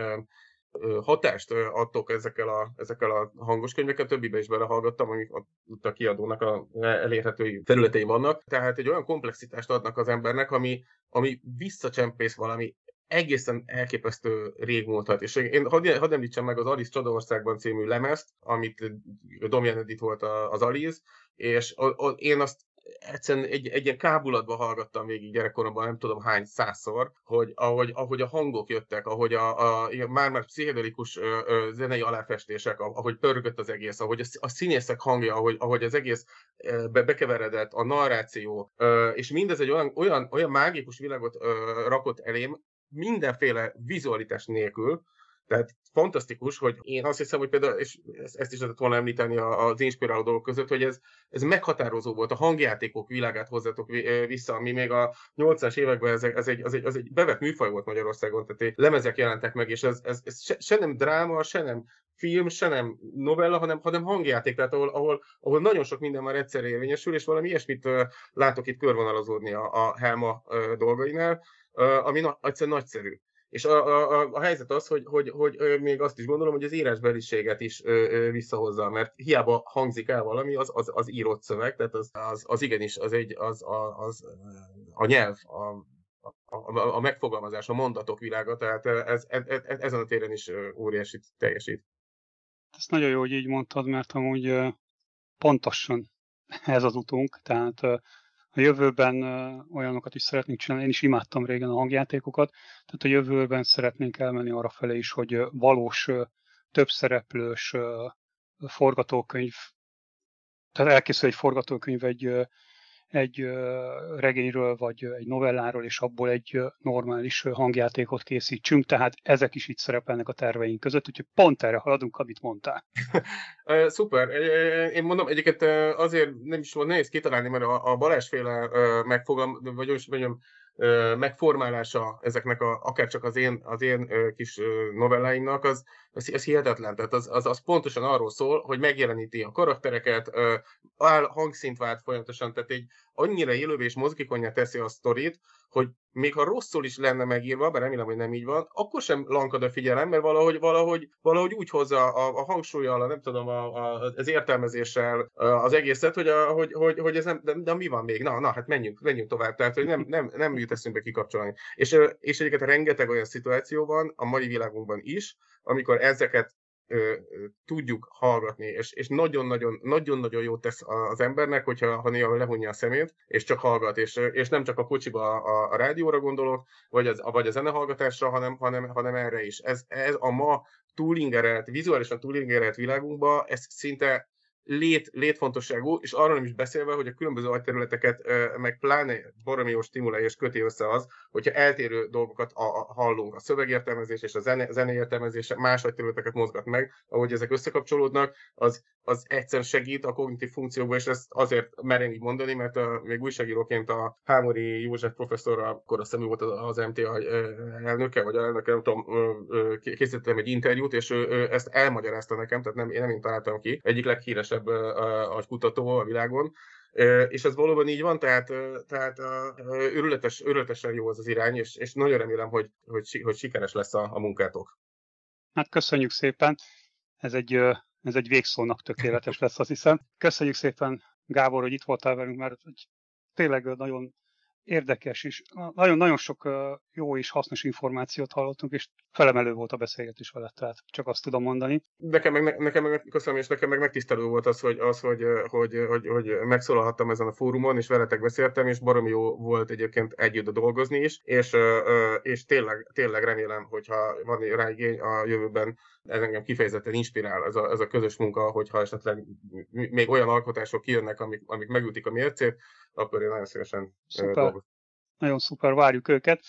hatást adtok ezekkel a, ezekkel a hangos könyvekkel, többibe is belehallgattam, amik ott a kiadónak a elérhető területei vannak. Tehát egy olyan komplexitást adnak az embernek, ami, ami visszacsempész valami egészen elképesztő régmúltat. És én hadd, hadd említsem meg az Alice Csodaországban című lemezt, amit Domján Edith volt az Alice, és a, a, én azt egyszerűen egy, egy ilyen kábulatban hallgattam végig gyerekkoromban, nem tudom hány százszor, hogy ahogy, ahogy a hangok jöttek, ahogy a, a már-már pszichedelikus ö, ö, zenei aláfestések, ahogy pörgött az egész, ahogy a, a színészek hangja, ahogy, ahogy az egész ö, be, bekeveredett, a narráció, ö, és mindez egy olyan, olyan, olyan mágikus világot ö, rakott elém, mindenféle vizualitás nélkül, tehát fantasztikus, hogy én azt hiszem, hogy például, és ezt is lehetett volna említeni az inspiráló dolgok között, hogy ez, ez meghatározó volt, a hangjátékok világát hozzátok vissza, ami még a nyolcvanas években ez, ez, egy, az egy, az egy bevett műfaj volt Magyarországon, tehát lemezek jelentek meg, és ez, ez, ez se, se nem dráma, se nem film, se nem novella, hanem, hanem hangjáték, tehát ahol, ahol, ahol nagyon sok minden már egyszerre érvényesül, és valami ilyesmit uh, látok itt körvonalazódni a, a Helma uh, dolgainál, uh, ami na, egyszerűen nagyszerű. És a, a, a helyzet az, hogy, hogy, hogy még azt is gondolom, hogy az írásbeliséget is ö, ö, visszahozza, mert hiába hangzik el valami, az, az, az írott szöveg, tehát az, az, az igenis az, egy, az, az, az a nyelv, a, a, a megfogalmazás, a mondatok világa, tehát ez, ez, ez, ezen a téren is óriási teljesít. Ez nagyon jó, hogy így mondtad, mert amúgy pontosan ez az utunk, tehát a jövőben olyanokat is szeretnénk csinálni, én is imádtam régen a hangjátékokat, tehát a jövőben szeretnénk elmenni arra felé is, hogy valós, többszereplős forgatókönyv, tehát elkészül egy forgatókönyv egy, egy regényről, vagy egy novelláról, és abból egy normális hangjátékot készítsünk, tehát ezek is itt szerepelnek a terveink között, úgyhogy pont erre haladunk, amit mondtál. Szuper. Én mondom, egyébként azért nem is volt nehéz kitalálni, mert a Balázsféle megfogalm, vagy mondjam, megformálása ezeknek a, akár csak az én, az én kis novelláimnak, az, az, az hihetetlen. Tehát az, az, az pontosan arról szól, hogy megjeleníti a karaktereket, áll, hangszint vált folyamatosan, tehát egy annyira élővé és mozgékonnyá teszi a sztorit, hogy még ha rosszul is lenne megírva, bár remélem, hogy nem így van, akkor sem lankad a figyelem, mert valahogy, valahogy, valahogy úgy hozza a, a hangsúlyjal, a, nem tudom, a, a, az értelmezéssel az egészet, hogy, a, hogy, hogy, hogy ez nem, de, de mi van még? Na, na, hát menjünk, menjünk tovább. Tehát, hogy nem, nem, nem jut eszünkbe kikapcsolni. És, és egyébként rengeteg olyan szituáció van a mai világunkban is, amikor ezeket ö, tudjuk hallgatni, és, és nagyon-nagyon, nagyon-nagyon jót tesz az embernek, hogyha ha néha lehunja a szemét, és csak hallgat, és, és nem csak a kocsiba a, a rádióra gondolok, vagy, az, vagy a zenehallgatásra, hanem, hanem, hanem erre is. Ez, ez a ma túlingerelt, vizuálisan túlingerelt világunkban, ez szinte lét, létfontosságú, és arról nem is beszélve, hogy a különböző agyterületeket meg pláne baromi jól stimulálja és köti össze az, hogyha eltérő dolgokat a, a, hallunk. A szövegértelmezés és a zene, zeneértelmezés más agyterületeket mozgat meg, ahogy ezek összekapcsolódnak, az, az egyszerűen segít a kognitív funkciókba, és ezt azért merem így mondani, mert a, még újságíróként a Hámori József professzorral, akkor azt hiszem, volt az em té á elnöke, vagy elnöke, nem tudom, készítettem egy interjút, és ő, ő ezt elmagyarázta nekem, tehát nem, én nem én találtam ki, egyik leghíresebb agykutató a világon, és ez valóban így van, tehát, tehát őrületes, őrületesen jó az az irány, és, és nagyon remélem, hogy, hogy, hogy sikeres lesz a, a munkátok. Hát köszönjük szépen, ez egy, ez egy végszónak tökéletes lesz, azt hiszem. Köszönjük szépen, Gábor, hogy itt voltál velünk, mert tényleg nagyon érdekes, és nagyon-nagyon sok jó és hasznos információt hallottunk, és felemelő volt a beszélgetés veled, tehát csak azt tudom mondani. Nekem meg, nekem meg köszönöm, és nekem meg megtisztelő volt az, hogy, az, hogy, hogy, hogy, hogy megszólalhattam ezen a fórumon, és veletek beszéltem, és baromi jó volt egyébként együtt dolgozni is, és, és tényleg, tényleg remélem, hogyha van rá igény a jövőben, ez engem kifejezetten inspirál, ez a, ez a közös munka, hogyha esetleg még olyan alkotások kijönnek, amik, amik megütik a mércét, akkor én nagyon szívesen dolgozom. Nagyon szuper, várjuk őket.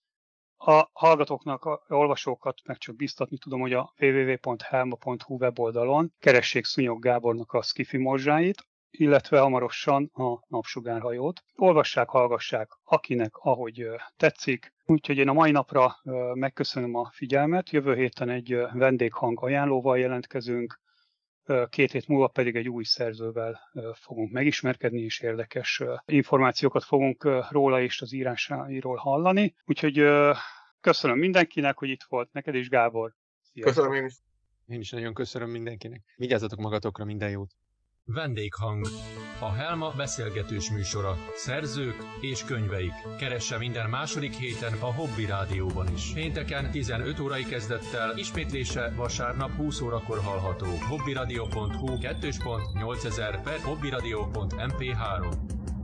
A hallgatóknak, a olvasókat meg csak biztatni tudom, hogy a double-u double-u double-u pont helma pont hu weboldalon keressék Szúnyog Gábornak a Skifi morzsáit, illetve hamarosan a Napsugárhajót. Olvassák, hallgassák, akinek ahogy tetszik. Úgyhogy én a mai napra megköszönöm a figyelmet. Jövő héten egy vendéghang ajánlóval jelentkezünk, két hét múlva pedig egy új szerzővel fogunk megismerkedni, és érdekes információkat fogunk róla és az írásairól hallani. Úgyhogy köszönöm mindenkinek, hogy itt volt, neked is, Gábor. Sziasztok. Köszönöm én is. Én is nagyon köszönöm mindenkinek. Vigyázzatok magatokra, minden jót. Vendéghang. A Helma beszélgetős műsora. Szerzők és könyveik. Keresse minden második héten a Hobby Rádióban is. Pénteken tizenöt órai kezdettel, ismétlése vasárnap húsz órakor hallható. hobbyradio pont hu kettő pont nyolcezer per hobbyradio pont em pé három.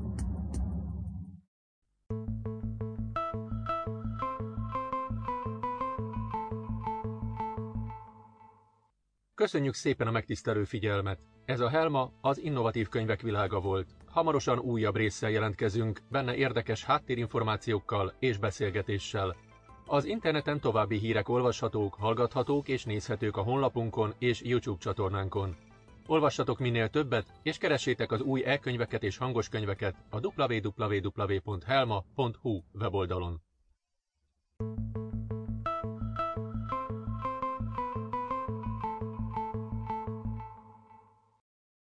Köszönjük szépen a megtisztelő figyelmet! Ez a Helma az innovatív könyvek világa volt. Hamarosan újabb résszel jelentkezünk, benne érdekes háttérinformációkkal és beszélgetéssel. Az interneten további hírek olvashatók, hallgathatók és nézhetők a honlapunkon és YouTube csatornánkon. Olvassatok minél többet, és keressétek az új e-könyveket és hangos könyveket a double-u double-u double-u pont helma pont hu weboldalon.